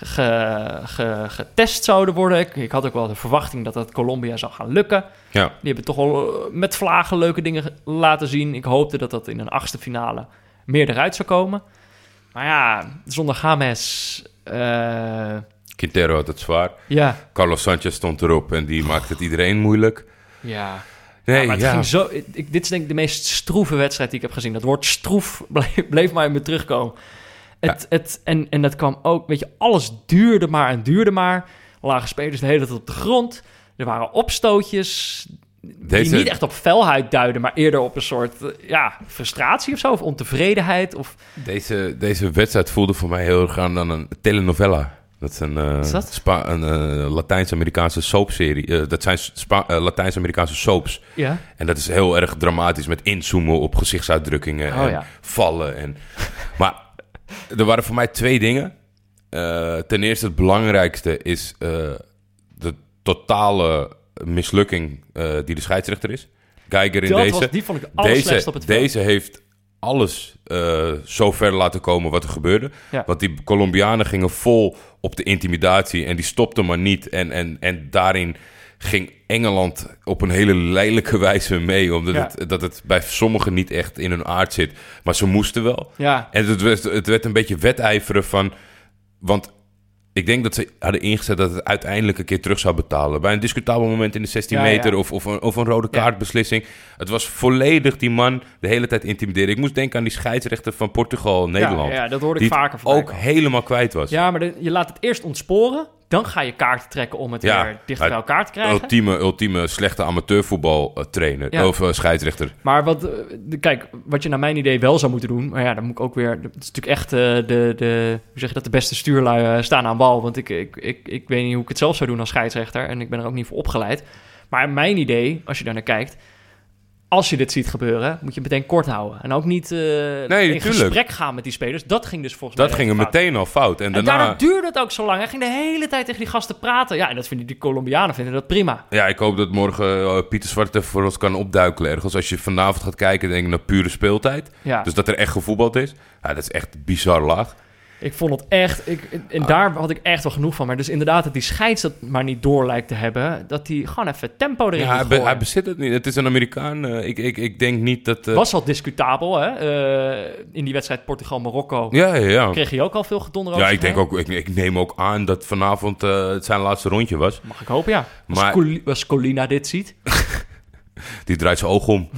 [SPEAKER 1] getest zouden worden. Ik had ook wel de verwachting dat het Colombia zou gaan lukken.
[SPEAKER 2] Ja.
[SPEAKER 1] Die hebben toch al met vlagen leuke dingen laten zien. Ik hoopte dat dat in een 8e finale meer eruit zou komen. Maar ja, zonder James...
[SPEAKER 2] Quintero had het zwaar.
[SPEAKER 1] Ja.
[SPEAKER 2] Carlos Sanchez stond erop en die maakte het iedereen moeilijk.
[SPEAKER 1] Ja.
[SPEAKER 2] Nee,
[SPEAKER 1] maar het ging zo... Dit is denk ik de meest stroeve wedstrijd die ik heb gezien. Dat woord stroef bleef maar in me terugkomen. En dat kwam ook... Weet je, alles duurde maar en duurde maar. Lagen spelers de hele tijd op de grond. Er waren opstootjes... Die niet echt op felheid duiden, maar eerder op een soort frustratie of zo, of ontevredenheid. Of...
[SPEAKER 2] Deze wedstrijd voelde voor mij heel erg aan een telenovela. Dat is een Latijns-Amerikaanse soapserie. Dat zijn Latijns-Amerikaanse soaps.
[SPEAKER 1] Ja.
[SPEAKER 2] En dat is heel erg dramatisch met inzoomen op gezichtsuitdrukkingen en vallen. Maar er waren voor mij 2 dingen. Ten eerste het belangrijkste is de totale mislukking die de scheidsrechter is. Geiger in deze.
[SPEAKER 1] Die vond ik allerslechtst op het veld.
[SPEAKER 2] Deze heeft alles zo ver laten komen wat er gebeurde. Ja. Want die Colombianen gingen vol op de intimidatie en die stopten maar niet. En daarin ging Engeland op een hele lelijke wijze mee. Omdat het bij sommigen niet echt in hun aard zit. Maar ze moesten wel. Ja. En het werd een beetje wedijveren van... Want ik denk dat ze hadden ingezet dat het uiteindelijk een keer terug zou betalen. Bij een discutabel moment in de 16 meter of een rode kaartbeslissing. Het was volledig die man de hele tijd intimideren. Ik moest denken aan die scheidsrechter van Portugal-Nederland.
[SPEAKER 1] Ja, dat hoorde ik vaker voorbij
[SPEAKER 2] ook helemaal kwijt was.
[SPEAKER 1] Ja, maar je laat het eerst ontsporen. Dan ga je kaarten trekken om het weer dicht bij elkaar te krijgen.
[SPEAKER 2] Ultieme slechte amateurvoetbal trainer of scheidsrechter.
[SPEAKER 1] Maar wat je naar mijn idee wel zou moeten doen... Maar ja, dan moet ik ook weer... Het is natuurlijk echt hoe zeg je dat? De beste stuurlui staan aan bal. Want ik weet niet hoe ik het zelf zou doen als scheidsrechter. En ik ben er ook niet voor opgeleid. Maar mijn idee, als je daar naar kijkt... Als je dit ziet gebeuren, moet je meteen kort houden. En ook niet in gesprek gaan met die spelers. Dat ging dus volgens mij...
[SPEAKER 2] Dat ging er meteen al fout. En
[SPEAKER 1] daarna duurde het ook zo lang. Hij ging de hele tijd tegen die gasten praten. Ja, en dat vinden die Colombianen vinden prima.
[SPEAKER 2] Ja, ik hoop dat morgen Pieter Zwart voor ons kan opduikelen ergens. Als je vanavond gaat kijken, denk ik naar pure speeltijd. Ja. Dus dat er echt gevoetbald is. Ja, dat is echt bizar laag.
[SPEAKER 1] Ik vond het echt... daar had ik echt wel genoeg van. Maar dus inderdaad dat die scheids dat maar niet door lijkt te hebben... dat hij gewoon even tempo erin moet gooien.
[SPEAKER 2] Hij bezit het niet. Het is een Amerikaan. Ik denk niet dat...
[SPEAKER 1] Was al discutabel, hè? In die wedstrijd Portugal-Marokko...
[SPEAKER 2] Ja.
[SPEAKER 1] Kreeg hij ook al veel gedonder over.
[SPEAKER 2] Ja, ik denk ook... Ik neem ook aan dat vanavond het zijn laatste rondje was.
[SPEAKER 1] Mag ik hopen, ja. Als Colina dit ziet...
[SPEAKER 2] Die draait zijn oog om.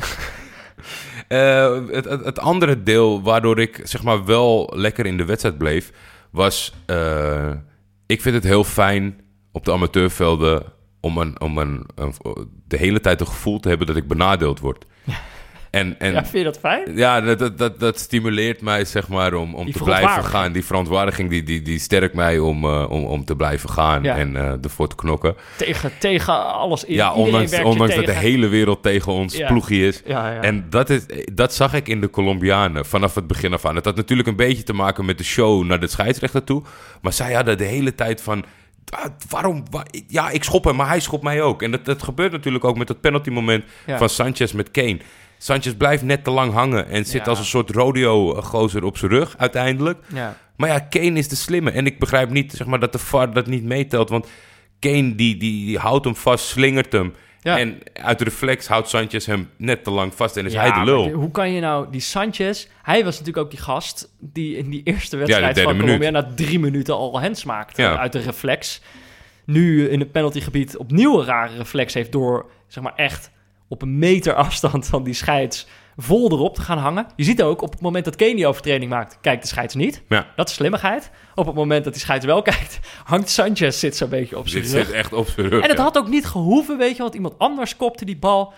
[SPEAKER 2] Het andere deel waardoor ik zeg maar wel lekker in de wedstrijd bleef... was... ik vind het heel fijn op de amateurvelden... om de hele tijd het gevoel te hebben dat ik benadeeld word. En,
[SPEAKER 1] vind je dat fijn?
[SPEAKER 2] Ja, dat stimuleert mij zeg maar om te blijven gaan. Die verontwaardiging die sterkt mij om te blijven gaan en ervoor te knokken.
[SPEAKER 1] Tegen alles in.
[SPEAKER 2] Ja, ondanks dat de hele wereld tegen ons ploegie is.
[SPEAKER 1] Ja.
[SPEAKER 2] En dat zag ik in de Colombianen vanaf het begin af aan. Het had natuurlijk een beetje te maken met de show naar de scheidsrechter toe. Maar zij hadden de hele tijd van... Waarom? Ja, ik schop hem, maar hij schopt mij ook. En dat gebeurt natuurlijk ook met dat penaltymoment van Sanchez met Kane. Sanchez blijft net te lang hangen en zit als een soort rodeo-gozer op zijn rug uiteindelijk. Ja. Maar ja, Kane is de slimme. En ik begrijp niet zeg maar, dat de VAR dat niet meetelt. Want Kane die houdt hem vast, slingert hem. Ja. En uit reflex houdt Sanchez hem net te lang vast en is hij de lul.
[SPEAKER 1] Hoe kan je nou die Sanchez... Hij was natuurlijk ook die gast die in die eerste wedstrijd van Colombia... na 3 minuten al hands maakte uit de reflex. Nu in het penaltygebied opnieuw een rare reflex heeft... door zeg maar echt op een meter afstand van die scheids... vol erop te gaan hangen. Je ziet ook op het moment dat Kane die overtreding maakt... kijkt de scheids niet. Ja. Dat is slimmigheid. Op het moment dat die scheids wel kijkt... hangt Sanchez zit zo'n beetje op zijn rug.
[SPEAKER 2] Zit echt op zijn rug.
[SPEAKER 1] En het had ook niet gehoeven, weet je... want iemand anders kopte die bal...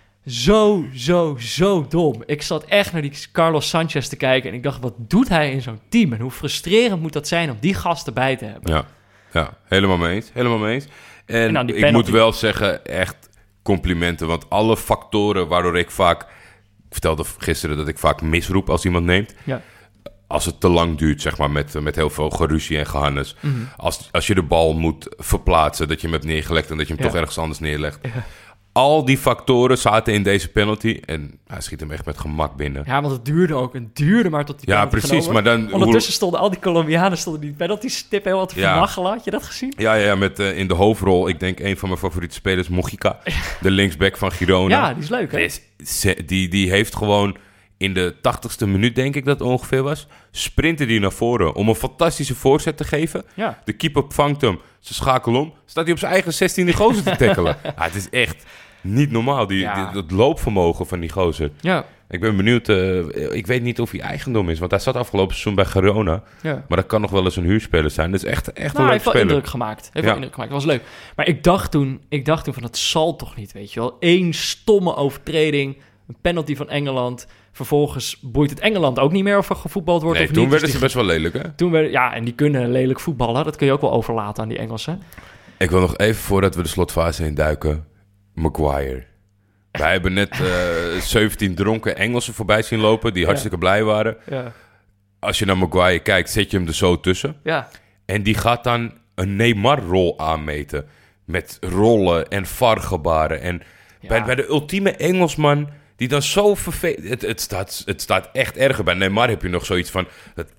[SPEAKER 1] Zo dom. Ik zat echt naar die Carlos Sanchez te kijken... en ik dacht, wat doet hij in zo'n team? En hoe frustrerend moet dat zijn om die gasten bij te hebben?
[SPEAKER 2] Ja. Ja, helemaal mee eens. En
[SPEAKER 1] dan die
[SPEAKER 2] ik
[SPEAKER 1] penalty.
[SPEAKER 2] moet wel zeggen, echt complimenten. Want alle factoren waardoor ik vaak... Ik vertelde gisteren dat ik vaak misroep als iemand neemt.
[SPEAKER 1] Ja.
[SPEAKER 2] Als het te lang duurt, zeg maar, met heel veel geruzie en gehannes.
[SPEAKER 1] Mm-hmm.
[SPEAKER 2] Als je de bal moet verplaatsen, dat je hem hebt neergelegd... en dat je hem toch ergens anders neerlegt. Ja. Al die factoren zaten in deze penalty. En hij schiet hem echt met gemak binnen.
[SPEAKER 1] Ja, want het duurde ook. Het duurde maar tot die penalty
[SPEAKER 2] precies.
[SPEAKER 1] genomen.
[SPEAKER 2] Maar dan,
[SPEAKER 1] ondertussen stonden al die Colombianen die penalty-stip helemaal te vermachelen. Had je dat gezien?
[SPEAKER 2] Ja, met in de hoofdrol, ik denk een van mijn favoriete spelers, Mojica. De linksback van Girona.
[SPEAKER 1] Ja, die is leuk, hè?
[SPEAKER 2] Die heeft gewoon in de 80ste minuut, denk ik dat het ongeveer was... sprinten die naar voren om een fantastische voorzet te geven.
[SPEAKER 1] Ja.
[SPEAKER 2] De keeper vangt hem, ze schakelen om. Staat hij op zijn eigen 16e gozer te tackelen. Het is echt niet normaal, dat loopvermogen van die gozer.
[SPEAKER 1] Ja.
[SPEAKER 2] Ik ben benieuwd, ik weet niet of hij eigendom is... want hij zat afgelopen seizoen bij Girona. Ja. Maar dat kan nog wel eens een huurspeler zijn. Dat is echt een leuk speler.
[SPEAKER 1] Hij heeft wel indruk gemaakt. Dat was leuk. Maar ik dacht toen van, dat zal toch niet, weet je wel. 1 stomme overtreding, een penalty van Engeland... Vervolgens boeit het Engeland ook niet meer of er gevoetbald wordt of niet.
[SPEAKER 2] Toen werden ze best wel lelijk, hè?
[SPEAKER 1] En die kunnen lelijk voetballen. Dat kun je ook wel overlaten aan die Engelsen.
[SPEAKER 2] Ik wil nog even, voordat we de slotfase induiken... Maguire. Wij hebben net 17 dronken Engelsen voorbij zien lopen... die hartstikke blij waren. Ja. Als je naar Maguire kijkt, zet je hem er zo tussen. Ja. En die gaat dan een Neymar-rol aanmeten. Met rollen en VAR-gebaren. En bij de ultieme Engelsman... die dan zo vervelend... Het staat echt erger. Bij Neymar heb je nog zoiets van...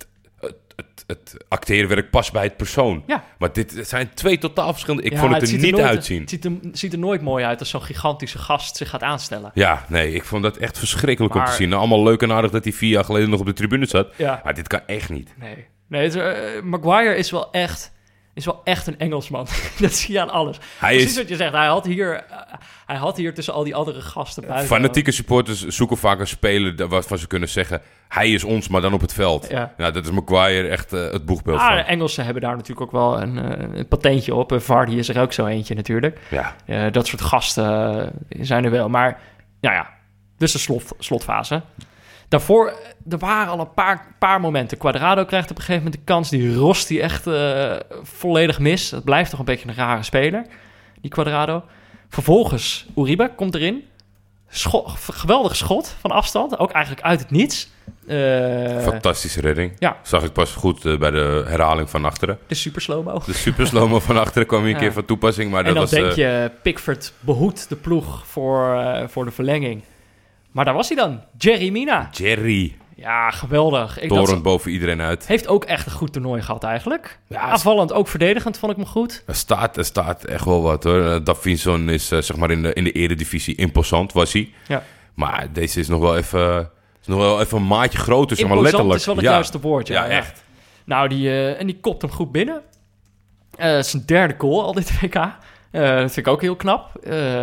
[SPEAKER 2] Het acteerwerk past bij het persoon. Ja. Maar dit zijn 2 totaal verschillende... Ik vond het er niet uitzien.
[SPEAKER 1] Het ziet er nooit mooi uit als zo'n gigantische gast zich gaat aanstellen.
[SPEAKER 2] Ja, nee, ik vond dat echt verschrikkelijk om te zien. Nou, allemaal leuk en aardig dat hij 4 jaar geleden nog op de tribune zat. Ja. Maar dit kan echt niet.
[SPEAKER 1] Nee, Maguire is wel echt een Engelsman. Dat zie je aan alles. Precies wat je zegt. Hij had hier tussen al die andere gasten buiten.
[SPEAKER 2] Fanatieke supporters zoeken vaak een speler waarvan ze kunnen zeggen... hij is ons, maar dan op het veld. Ja. Nou, dat is Maguire echt het boegbeeld van.
[SPEAKER 1] De Engelsen hebben daar natuurlijk ook wel een patentje op. Vardy is er ook zo eentje natuurlijk. Ja. Dat soort gasten zijn er wel. Maar dus de slotfase. Daarvoor, er waren al een paar momenten. Quadrado krijgt op een gegeven moment de kans. Die rost die echt volledig mis. Dat blijft toch een beetje een rare speler, die Quadrado. Vervolgens, Uribe komt erin. Geweldig schot van afstand. Ook eigenlijk uit het niets.
[SPEAKER 2] Fantastische redding. Ja. Zag ik pas goed bij de herhaling van achteren.
[SPEAKER 1] De super slow-mo.
[SPEAKER 2] De super slow-mo van achteren kwam hier een keer van toepassing. Maar
[SPEAKER 1] en
[SPEAKER 2] dat
[SPEAKER 1] dan
[SPEAKER 2] was,
[SPEAKER 1] denk je, Pickford behoedt de ploeg voor de verlenging. Maar daar was hij dan. Jerry Mina.
[SPEAKER 2] Jerry.
[SPEAKER 1] Ja, geweldig.
[SPEAKER 2] Torend boven iedereen uit.
[SPEAKER 1] Heeft ook echt een goed toernooi gehad eigenlijk. Ja, aanvallend, ook verdedigend vond ik me goed.
[SPEAKER 2] Er staat echt wel wat hoor. Davinson is zeg maar in de eredivisie imposant, was hij. Ja. Maar deze is nog wel even een maatje groter, zeg maar letterlijk.
[SPEAKER 1] Is wel het juiste woord.
[SPEAKER 2] Ja, echt.
[SPEAKER 1] Nou, die kopt hem goed binnen. Zijn 3e goal al dit WK. Dat vind ik ook heel knap.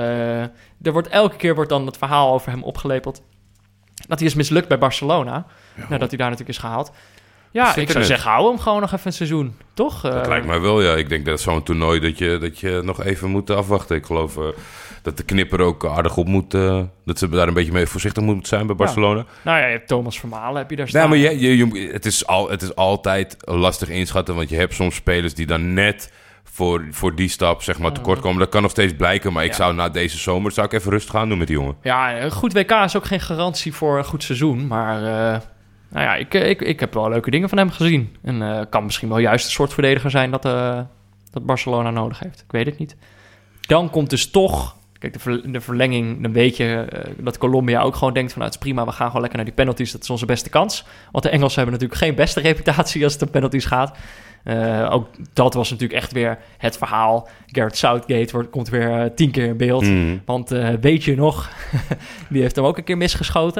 [SPEAKER 1] Elke keer wordt dan het verhaal over hem opgelepeld. Dat hij is mislukt bij Barcelona. Nadat hij daar natuurlijk is gehaald. Ja, ik zou zeggen, hou hem gewoon nog even een seizoen. Toch?
[SPEAKER 2] Dat lijkt mij wel, ja. Ik denk dat zo'n toernooi dat je nog even moet afwachten. Ik geloof dat de knipper ook aardig op moet... dat ze daar een beetje mee voorzichtig moet zijn bij Barcelona.
[SPEAKER 1] Nou ja, je hebt Thomas Vermaelen, heb je daar staan.
[SPEAKER 2] Ja, maar het is altijd lastig inschatten. Want je hebt soms spelers die dan net... Voor die stap, zeg maar, tekort komen. Dat kan nog steeds blijken, maar ik zou na deze zomer... zou ik even rustig gaan doen met die jongen. Ja,
[SPEAKER 1] een goed WK is ook geen garantie voor een goed seizoen. Maar ik heb wel leuke dingen van hem gezien. En kan misschien wel juist een soort verdediger zijn... dat Barcelona nodig heeft. Ik weet het niet. Dan komt dus toch... Kijk, de verlenging, dan weet je dat Colombia ook gewoon denkt van... het is prima, we gaan gewoon lekker naar die penalties. Dat is onze beste kans. Want de Engelsen hebben natuurlijk geen beste reputatie als het om penalties gaat. Ook dat was natuurlijk echt weer het verhaal. Gareth Southgate komt weer 10 keer in beeld. Mm. Want weet je nog, die heeft hem ook een keer misgeschoten.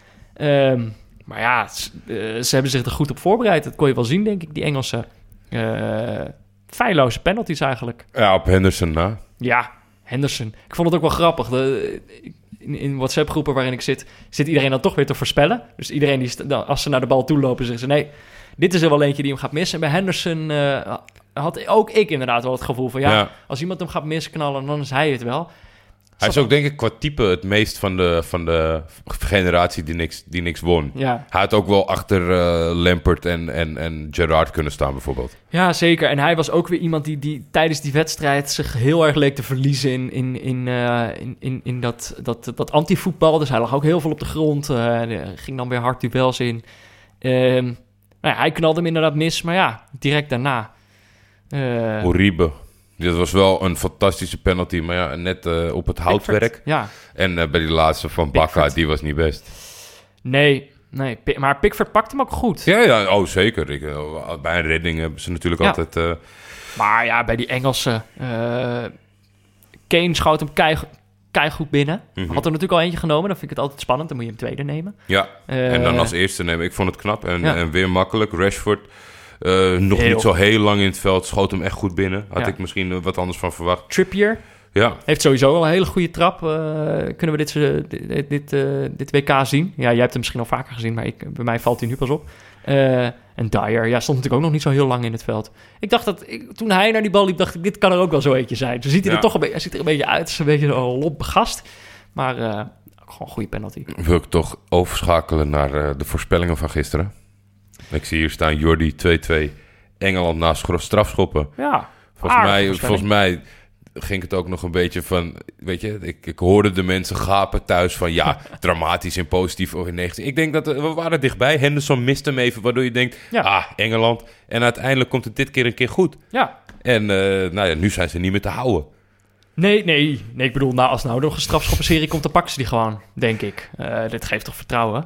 [SPEAKER 1] Maar ja, ze hebben zich er goed op voorbereid. Dat kon je wel zien, denk ik, die Engelsen. Feilloze penalties eigenlijk.
[SPEAKER 2] Ja, op Henderson na.
[SPEAKER 1] Ja, Henderson. Ik vond het ook wel grappig. In WhatsApp-groepen waarin ik zit iedereen dan toch weer te voorspellen. Dus iedereen als ze naar de bal toe lopen, zeggen ze... nee, dit is er wel eentje die hem gaat missen. En bij Henderson had ook ik inderdaad wel het gevoel van... als iemand hem gaat misknallen, dan is hij het wel.
[SPEAKER 2] Hij is ook denk ik qua type het meest van de generatie die niks won.
[SPEAKER 1] Ja.
[SPEAKER 2] Hij had ook wel achter Lampard en Gerrard kunnen staan bijvoorbeeld.
[SPEAKER 1] Ja, zeker. En hij was ook weer iemand die tijdens die wedstrijd zich heel erg leek te verliezen in dat antivoetbal. Dus hij lag ook heel veel op de grond. Ging dan weer hard duels in. Hij knalde hem inderdaad mis, maar ja, direct daarna.
[SPEAKER 2] Uribe. Dit was wel een fantastische penalty, maar ja, net op het houtwerk.
[SPEAKER 1] Ja.
[SPEAKER 2] En bij die laatste van Bakka, die was niet best.
[SPEAKER 1] Nee, maar Pickford pakt hem ook goed.
[SPEAKER 2] Ja, oh zeker. Bij een redding hebben ze natuurlijk altijd...
[SPEAKER 1] Maar ja, bij die Engelsen... Kane schoot hem keigoed binnen. Had er natuurlijk al eentje genomen. Dan vind ik het altijd spannend. Dan moet je hem tweede nemen.
[SPEAKER 2] Ja, en dan als eerste nemen. Ik vond het knap en weer makkelijk. Rashford... niet zo heel lang in het veld. Schoot hem echt goed binnen. Had ik misschien wat anders van verwacht.
[SPEAKER 1] Trippier.
[SPEAKER 2] Ja.
[SPEAKER 1] Heeft sowieso wel een hele goede trap. Kunnen we dit WK zien? Ja, jij hebt hem misschien al vaker gezien, maar bij mij valt hij nu pas op. En Dyer, stond natuurlijk ook nog niet zo heel lang in het veld. Ik dacht toen hij naar die bal liep, dacht ik, dit kan er ook wel zo eentje zijn. Zo ziet hij er toch hij ziet er een beetje uit. Het is een beetje een lompe gast. Maar gewoon een goede penalty.
[SPEAKER 2] Wil ik toch overschakelen naar de voorspellingen van gisteren. Ik zie hier staan Jordi 2-2. Engeland na strafschoppen.
[SPEAKER 1] Ja.
[SPEAKER 2] Volgens mij ging het ook nog een beetje van... Weet je, ik hoorde de mensen gapen thuis van... Ja, dramatisch en positief of in negatief. Ik denk dat we waren dichtbij. Henderson miste hem even, waardoor je denkt... Engeland. En uiteindelijk komt het dit keer een keer goed.
[SPEAKER 1] Ja.
[SPEAKER 2] En nu zijn ze niet meer te houden.
[SPEAKER 1] Nee, ik bedoel, als nou nog een strafschoppenserie komt... dan pakken ze die gewoon, denk ik. Dit geeft toch vertrouwen?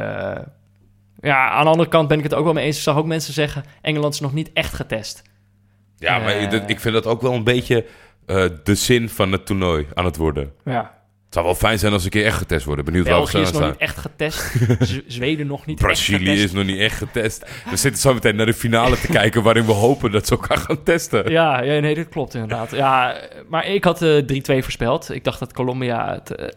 [SPEAKER 1] Aan de andere kant ben ik het ook wel mee eens. Ik zag ook mensen zeggen... Engeland is nog niet echt getest.
[SPEAKER 2] Ja, maar ik vind dat ook wel een beetje... de zin van het toernooi aan het worden.
[SPEAKER 1] Ja.
[SPEAKER 2] Het zou wel fijn zijn als een keer echt getest worden. Benieuwd waar we
[SPEAKER 1] België is
[SPEAKER 2] staan.
[SPEAKER 1] nog niet echt getest. Zweden nog niet
[SPEAKER 2] Brazilië
[SPEAKER 1] echt getest.
[SPEAKER 2] is nog niet echt getest. We zitten zo meteen naar de finale te kijken... waarin we hopen dat ze elkaar gaan testen.
[SPEAKER 1] Ja, nee, dat klopt inderdaad. Ja, maar ik had 3-2 voorspeld. Ik dacht dat Colombia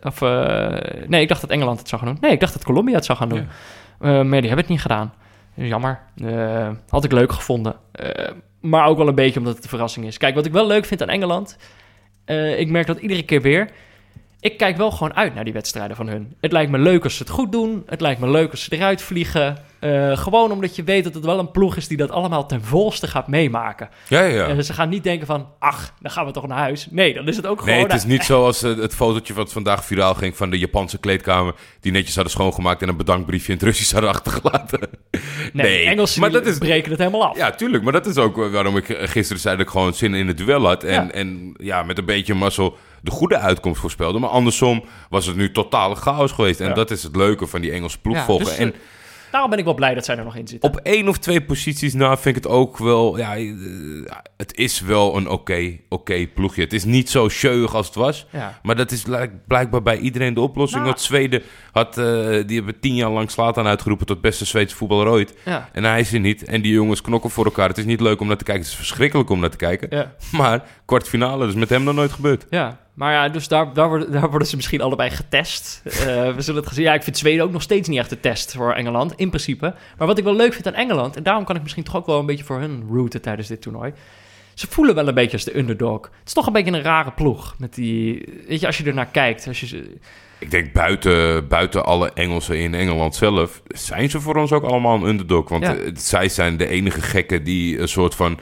[SPEAKER 1] ik dacht dat Engeland het zou gaan doen. Nee, ik dacht dat Colombia het zou gaan doen. Ja. Maar die hebben het niet gedaan. Jammer. Had ik leuk gevonden. Maar ook wel een beetje omdat het een verrassing is. Kijk, wat ik wel leuk vind aan Engeland... ik merk dat iedere keer weer... Ik kijk wel gewoon uit naar die wedstrijden van hun. Het lijkt me leuk als ze het goed doen. Het lijkt me leuk als ze eruit vliegen. Gewoon omdat je weet dat het wel een ploeg is... die dat allemaal ten volste gaat meemaken.
[SPEAKER 2] Ja.
[SPEAKER 1] Ze gaan niet denken van... dan gaan we toch naar huis. Nee, dan is het ook gewoon...
[SPEAKER 2] Nee, het is niet zoals het fotootje wat vandaag viraal ging... van de Japanse kleedkamer... die netjes hadden schoongemaakt... en een bedankbriefje in het Russisch hadden achtergelaten.
[SPEAKER 1] Nee, Engelsen breken het helemaal af.
[SPEAKER 2] Ja, tuurlijk. Maar dat is ook waarom ik gisteren zei... dat ik gewoon zin in het duel had. En met een beetje mazzel... de goede uitkomst voorspelde. Maar andersom was het nu totale chaos geweest. En dat is het leuke van die Engelse ploegvolgen.
[SPEAKER 1] Dus,
[SPEAKER 2] en
[SPEAKER 1] daarom ben ik wel blij dat zij er nog in zitten.
[SPEAKER 2] Op 1 of 2 posities vind ik het ook wel... het is wel een oké ploegje. Het is niet zo scheuig als het was. Ja. Maar dat is blijkbaar bij iedereen de oplossing. Want Zweden die hebben 10 jaar lang Zlatan uitgeroepen... tot beste Zweedse voetballer ooit. Ja. En hij is er niet. En die jongens knokken voor elkaar. Het is niet leuk om naar te kijken. Het is verschrikkelijk om naar te kijken. Ja. Maar kwartfinale, dus met hem nog nooit gebeurd.
[SPEAKER 1] Ja. Maar ja, dus daar worden ze misschien allebei getest. We zullen het gezien. Ja, ik vind Zweden ook nog steeds niet echt de test voor Engeland, in principe. Maar wat ik wel leuk vind aan Engeland... en daarom kan ik misschien toch ook wel een beetje voor hun routen tijdens dit toernooi... ze voelen wel een beetje als de underdog. Het is toch een beetje een rare ploeg. Met die, weet je, als je er naar kijkt...
[SPEAKER 2] Ik denk buiten alle Engelsen in Engeland zelf... zijn ze voor ons ook allemaal een underdog. Want zij zijn de enige gekken die een soort van...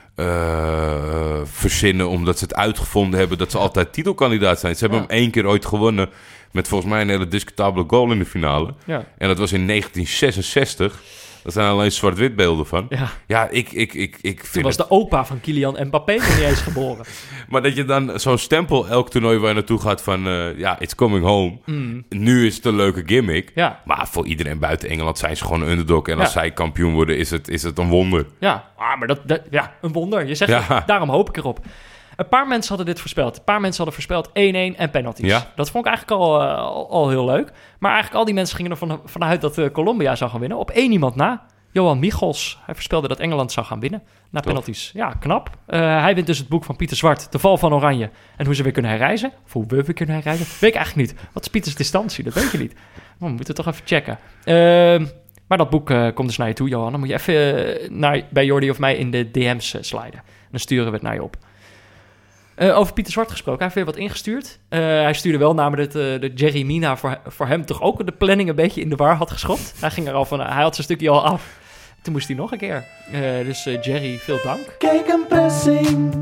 [SPEAKER 2] verzinnen omdat ze het uitgevonden hebben dat ze altijd titelkandidaat zijn. Ze hebben hem 1 keer ooit gewonnen met volgens mij een hele discutabele goal in de finale. Ja. En dat was in 1966. Daar zijn alleen zwart-wit beelden van. Ja, ik vind
[SPEAKER 1] toen was de opa van Kylian Mbappé nog niet eens geboren.
[SPEAKER 2] Maar dat je dan zo'n stempel elk toernooi waar je naartoe gaat van... it's coming home. Nu is het een leuke gimmick. Ja. Maar voor iedereen buiten Engeland zijn ze gewoon een underdog. En als zij kampioen worden, is het een wonder.
[SPEAKER 1] Ja, maar een wonder. Je zegt het, daarom hoop ik erop. Een paar mensen hadden dit voorspeld. Een paar mensen hadden voorspeld 1-1 en penalties. Ja. Dat vond ik eigenlijk al heel leuk. Maar eigenlijk al die mensen gingen er vanuit dat Colombia zou gaan winnen. Op 1 iemand na. Johan Michels. Hij voorspelde dat Engeland zou gaan winnen. Na penalties. Ja, knap. Hij wint dus het boek van Pieter Zwart. De val van Oranje. En hoe ze weer kunnen herreizen. Of hoe we weer kunnen herreizen. Weet ik eigenlijk niet. Wat is Pieters distantie? Dat weet je niet. We moeten toch even checken. Maar dat boek komt dus naar je toe, Johan. Dan moet je even bij Jordi of mij in de DM's sliden. Dan sturen we het naar je op. Over Pieter Zwart gesproken, hij heeft weer wat ingestuurd. Hij stuurde wel namelijk de Jerry Mina voor hem toch ook de planning een beetje in de war had geschopt. Hij had zijn stukje al af. Toen moest hij nog een keer. Dus Jerry, veel dank.
[SPEAKER 4] Kijk een pressing.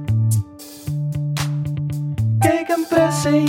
[SPEAKER 4] Kijk een pressing.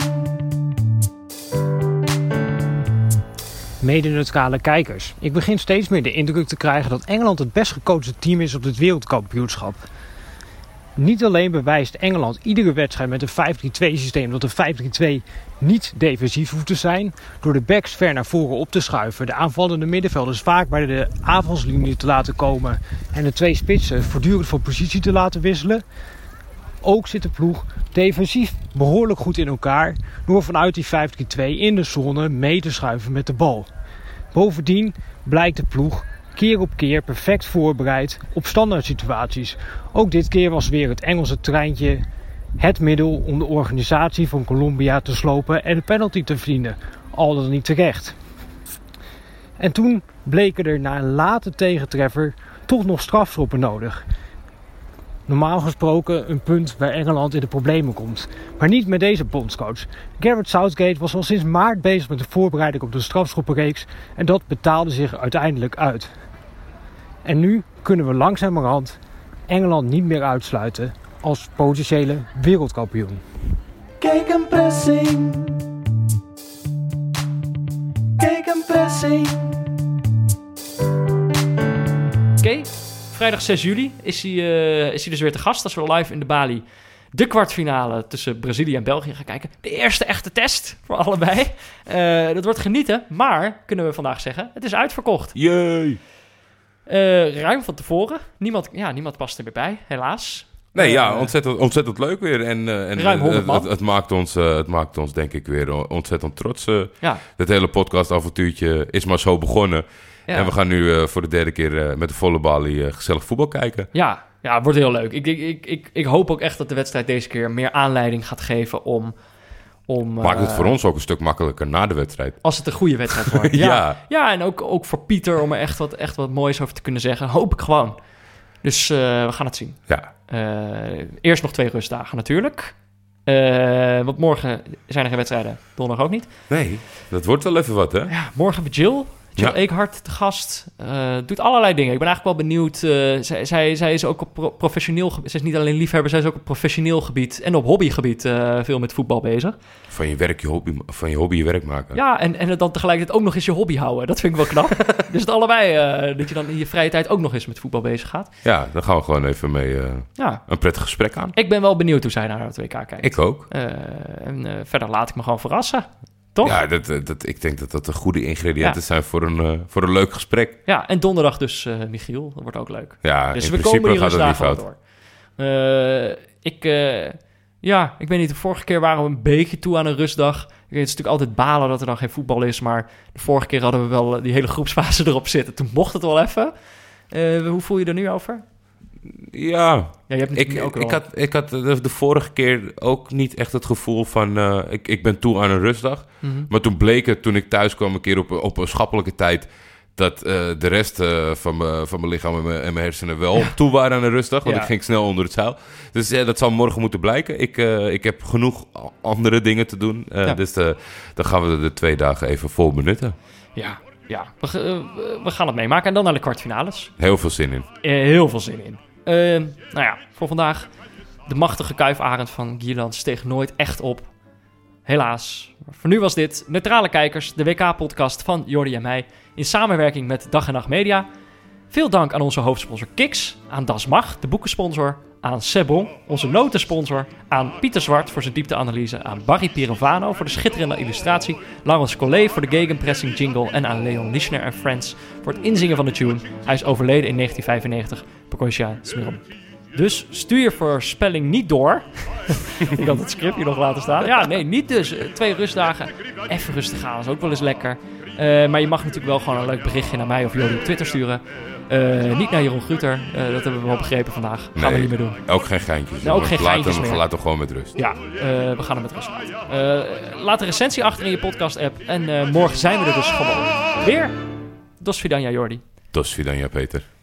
[SPEAKER 5] Mede-neutrale kijkers. Ik begin steeds meer de indruk te krijgen dat Engeland het best gecoachte team is op dit wereldkampioenschap. Niet alleen bewijst Engeland iedere wedstrijd met een 5-3-2 systeem dat een 5-3-2 niet defensief hoeft te zijn, door de backs ver naar voren op te schuiven, de aanvallende middenvelders vaak bij de aanvalslinie te laten komen en de 2 spitsen voortdurend van positie te laten wisselen. Ook zit de ploeg defensief behoorlijk goed in elkaar door vanuit die 5-3-2 in de zone mee te schuiven met de bal. Bovendien blijkt de ploeg keer op keer perfect voorbereid op standaard situaties. Ook dit keer was weer het Engelse treintje het middel om de organisatie van Colombia te slopen en een penalty te verdienen. Al dan niet terecht. En toen bleken er na een late tegentreffer toch nog strafschoppen nodig. Normaal gesproken een punt waar Engeland in de problemen komt. Maar niet met deze bondscoach. Gareth Southgate was al sinds maart bezig met de voorbereiding op de strafschoppenreeks en dat betaalde zich uiteindelijk uit. En nu kunnen we langzamerhand Engeland niet meer uitsluiten als potentiële wereldkampioen.
[SPEAKER 4] Kijk een pressing. Kijk een pressing.
[SPEAKER 1] Oké, vrijdag 6 juli is hij dus weer te gast als we live in de Bali de kwartfinale tussen Brazilië en België gaan kijken. De eerste echte test voor allebei. Dat wordt genieten, maar kunnen we vandaag zeggen, het is uitverkocht.
[SPEAKER 2] Jee!
[SPEAKER 1] Ruim van tevoren. Niemand past er meer bij, helaas.
[SPEAKER 2] Nee, ontzettend leuk weer. En
[SPEAKER 1] ruim 100 man.
[SPEAKER 2] Het maakt ons denk ik weer ontzettend trots.
[SPEAKER 1] Ja.
[SPEAKER 2] Dit hele podcastavontuurtje is maar zo begonnen. Ja. En we gaan nu voor de 3e keer met de volle Bali gezellig voetbal kijken.
[SPEAKER 1] Ja, het wordt heel leuk. Ik hoop ook echt dat de wedstrijd deze keer meer aanleiding gaat geven om
[SPEAKER 2] maakt het voor ons ook een stuk makkelijker na de wedstrijd.
[SPEAKER 1] Als het een goede wedstrijd wordt. Ja, en ook voor Pieter om er echt wat moois over te kunnen zeggen. Hoop ik gewoon. Dus we gaan het zien.
[SPEAKER 2] Ja.
[SPEAKER 1] Eerst nog 2 rustdagen natuurlijk. Want morgen zijn er geen wedstrijden. Donderdag ook niet.
[SPEAKER 2] Nee, dat wordt wel even wat, hè?
[SPEAKER 1] Ja, morgen bij Jill Eekhart te gast. Doet allerlei dingen. Ik ben eigenlijk wel benieuwd. Zij is ook op professioneel gebied. Zij is niet alleen liefhebber, zij is ook op professioneel gebied en op hobbygebied veel met voetbal bezig.
[SPEAKER 2] Van je hobby je werk maken.
[SPEAKER 1] Ja, en het dan tegelijkertijd ook nog eens je hobby houden. Dat vind ik wel knap. Dus het allebei, dat je dan in je vrije tijd ook nog eens met voetbal bezig gaat.
[SPEAKER 2] Ja, daar gaan we gewoon even mee een prettig gesprek aan.
[SPEAKER 1] Ik ben wel benieuwd hoe zij naar het WK kijkt.
[SPEAKER 2] Ik ook.
[SPEAKER 1] Verder laat ik me gewoon verrassen. Toch?
[SPEAKER 2] Ja, ik denk dat de goede ingrediënten zijn voor een leuk gesprek.
[SPEAKER 1] Ja, en donderdag dus Michiel. Dat wordt ook leuk.
[SPEAKER 2] Ja,
[SPEAKER 1] dus
[SPEAKER 2] in
[SPEAKER 1] we
[SPEAKER 2] principe
[SPEAKER 1] komen hier
[SPEAKER 2] gaat het niet fout.
[SPEAKER 1] Door. Ik weet niet, de vorige keer waren we een beetje toe aan een rustdag. Het is natuurlijk altijd balen dat er dan geen voetbal is. Maar de vorige keer hadden we wel die hele groepsfase erop zitten. Toen mocht het wel even. Hoe voel je er nu over?
[SPEAKER 2] Ja,
[SPEAKER 1] je hebt
[SPEAKER 2] ik had de vorige keer ook niet echt het gevoel van... ik ben toe aan een rustdag. Mm-hmm. Maar toen bleek het, toen ik thuis kwam een keer op een schappelijke tijd... dat de rest van mijn lichaam en mijn hersenen wel toe waren aan een rustdag. Want ik ging snel onder het zeil. Dus dat zal morgen moeten blijken. Ik heb genoeg andere dingen te doen. Dus dan gaan we de 2 dagen even vol benutten.
[SPEAKER 1] Ja. We gaan het meemaken. En dan naar de kwartfinales.
[SPEAKER 2] Heel veel zin in.
[SPEAKER 1] Heel veel zin in. Voor vandaag... de machtige kuifarend van Gierland steeg nooit echt op. Helaas. Voor nu was dit Neutrale Kijkers, de WK-podcast van Jordi en mij... in samenwerking met Dag en Nacht Media. Veel dank aan onze hoofdsponsor Kiks, aan Das Mag, de boekensponsor... aan Sebon, onze notensponsor... aan Pieter Zwart voor zijn diepteanalyse... aan Barry Pirovano voor de schitterende illustratie... Laurens Collet voor de gegenpressing jingle... en aan Leon Lischner en Friends voor het inzingen van de tune. Hij is overleden in 1995, Pokosja Smiron. Dus stuur je voorspelling niet door. Ik had het scriptje nog laten staan. Ja, nee, niet dus. 2 rustdagen. Even rustig gaan, is ook wel eens lekker. Maar je mag natuurlijk wel gewoon een leuk berichtje naar mij of jullie op Twitter sturen. Niet naar Jeroen Gruter. Dat hebben we wel begrepen vandaag. Gaan we niet meer doen.
[SPEAKER 2] Ook geen geintjes.
[SPEAKER 1] Nee, ook geen geintjes meer.
[SPEAKER 2] Laat hem gewoon met rust.
[SPEAKER 1] Ja, we gaan hem met rust laten. Laat een recensie achter in je podcast-app. En morgen zijn we er dus gewoon weer. Dos Vidania, Jordi.
[SPEAKER 2] Dos Vidania, Peter.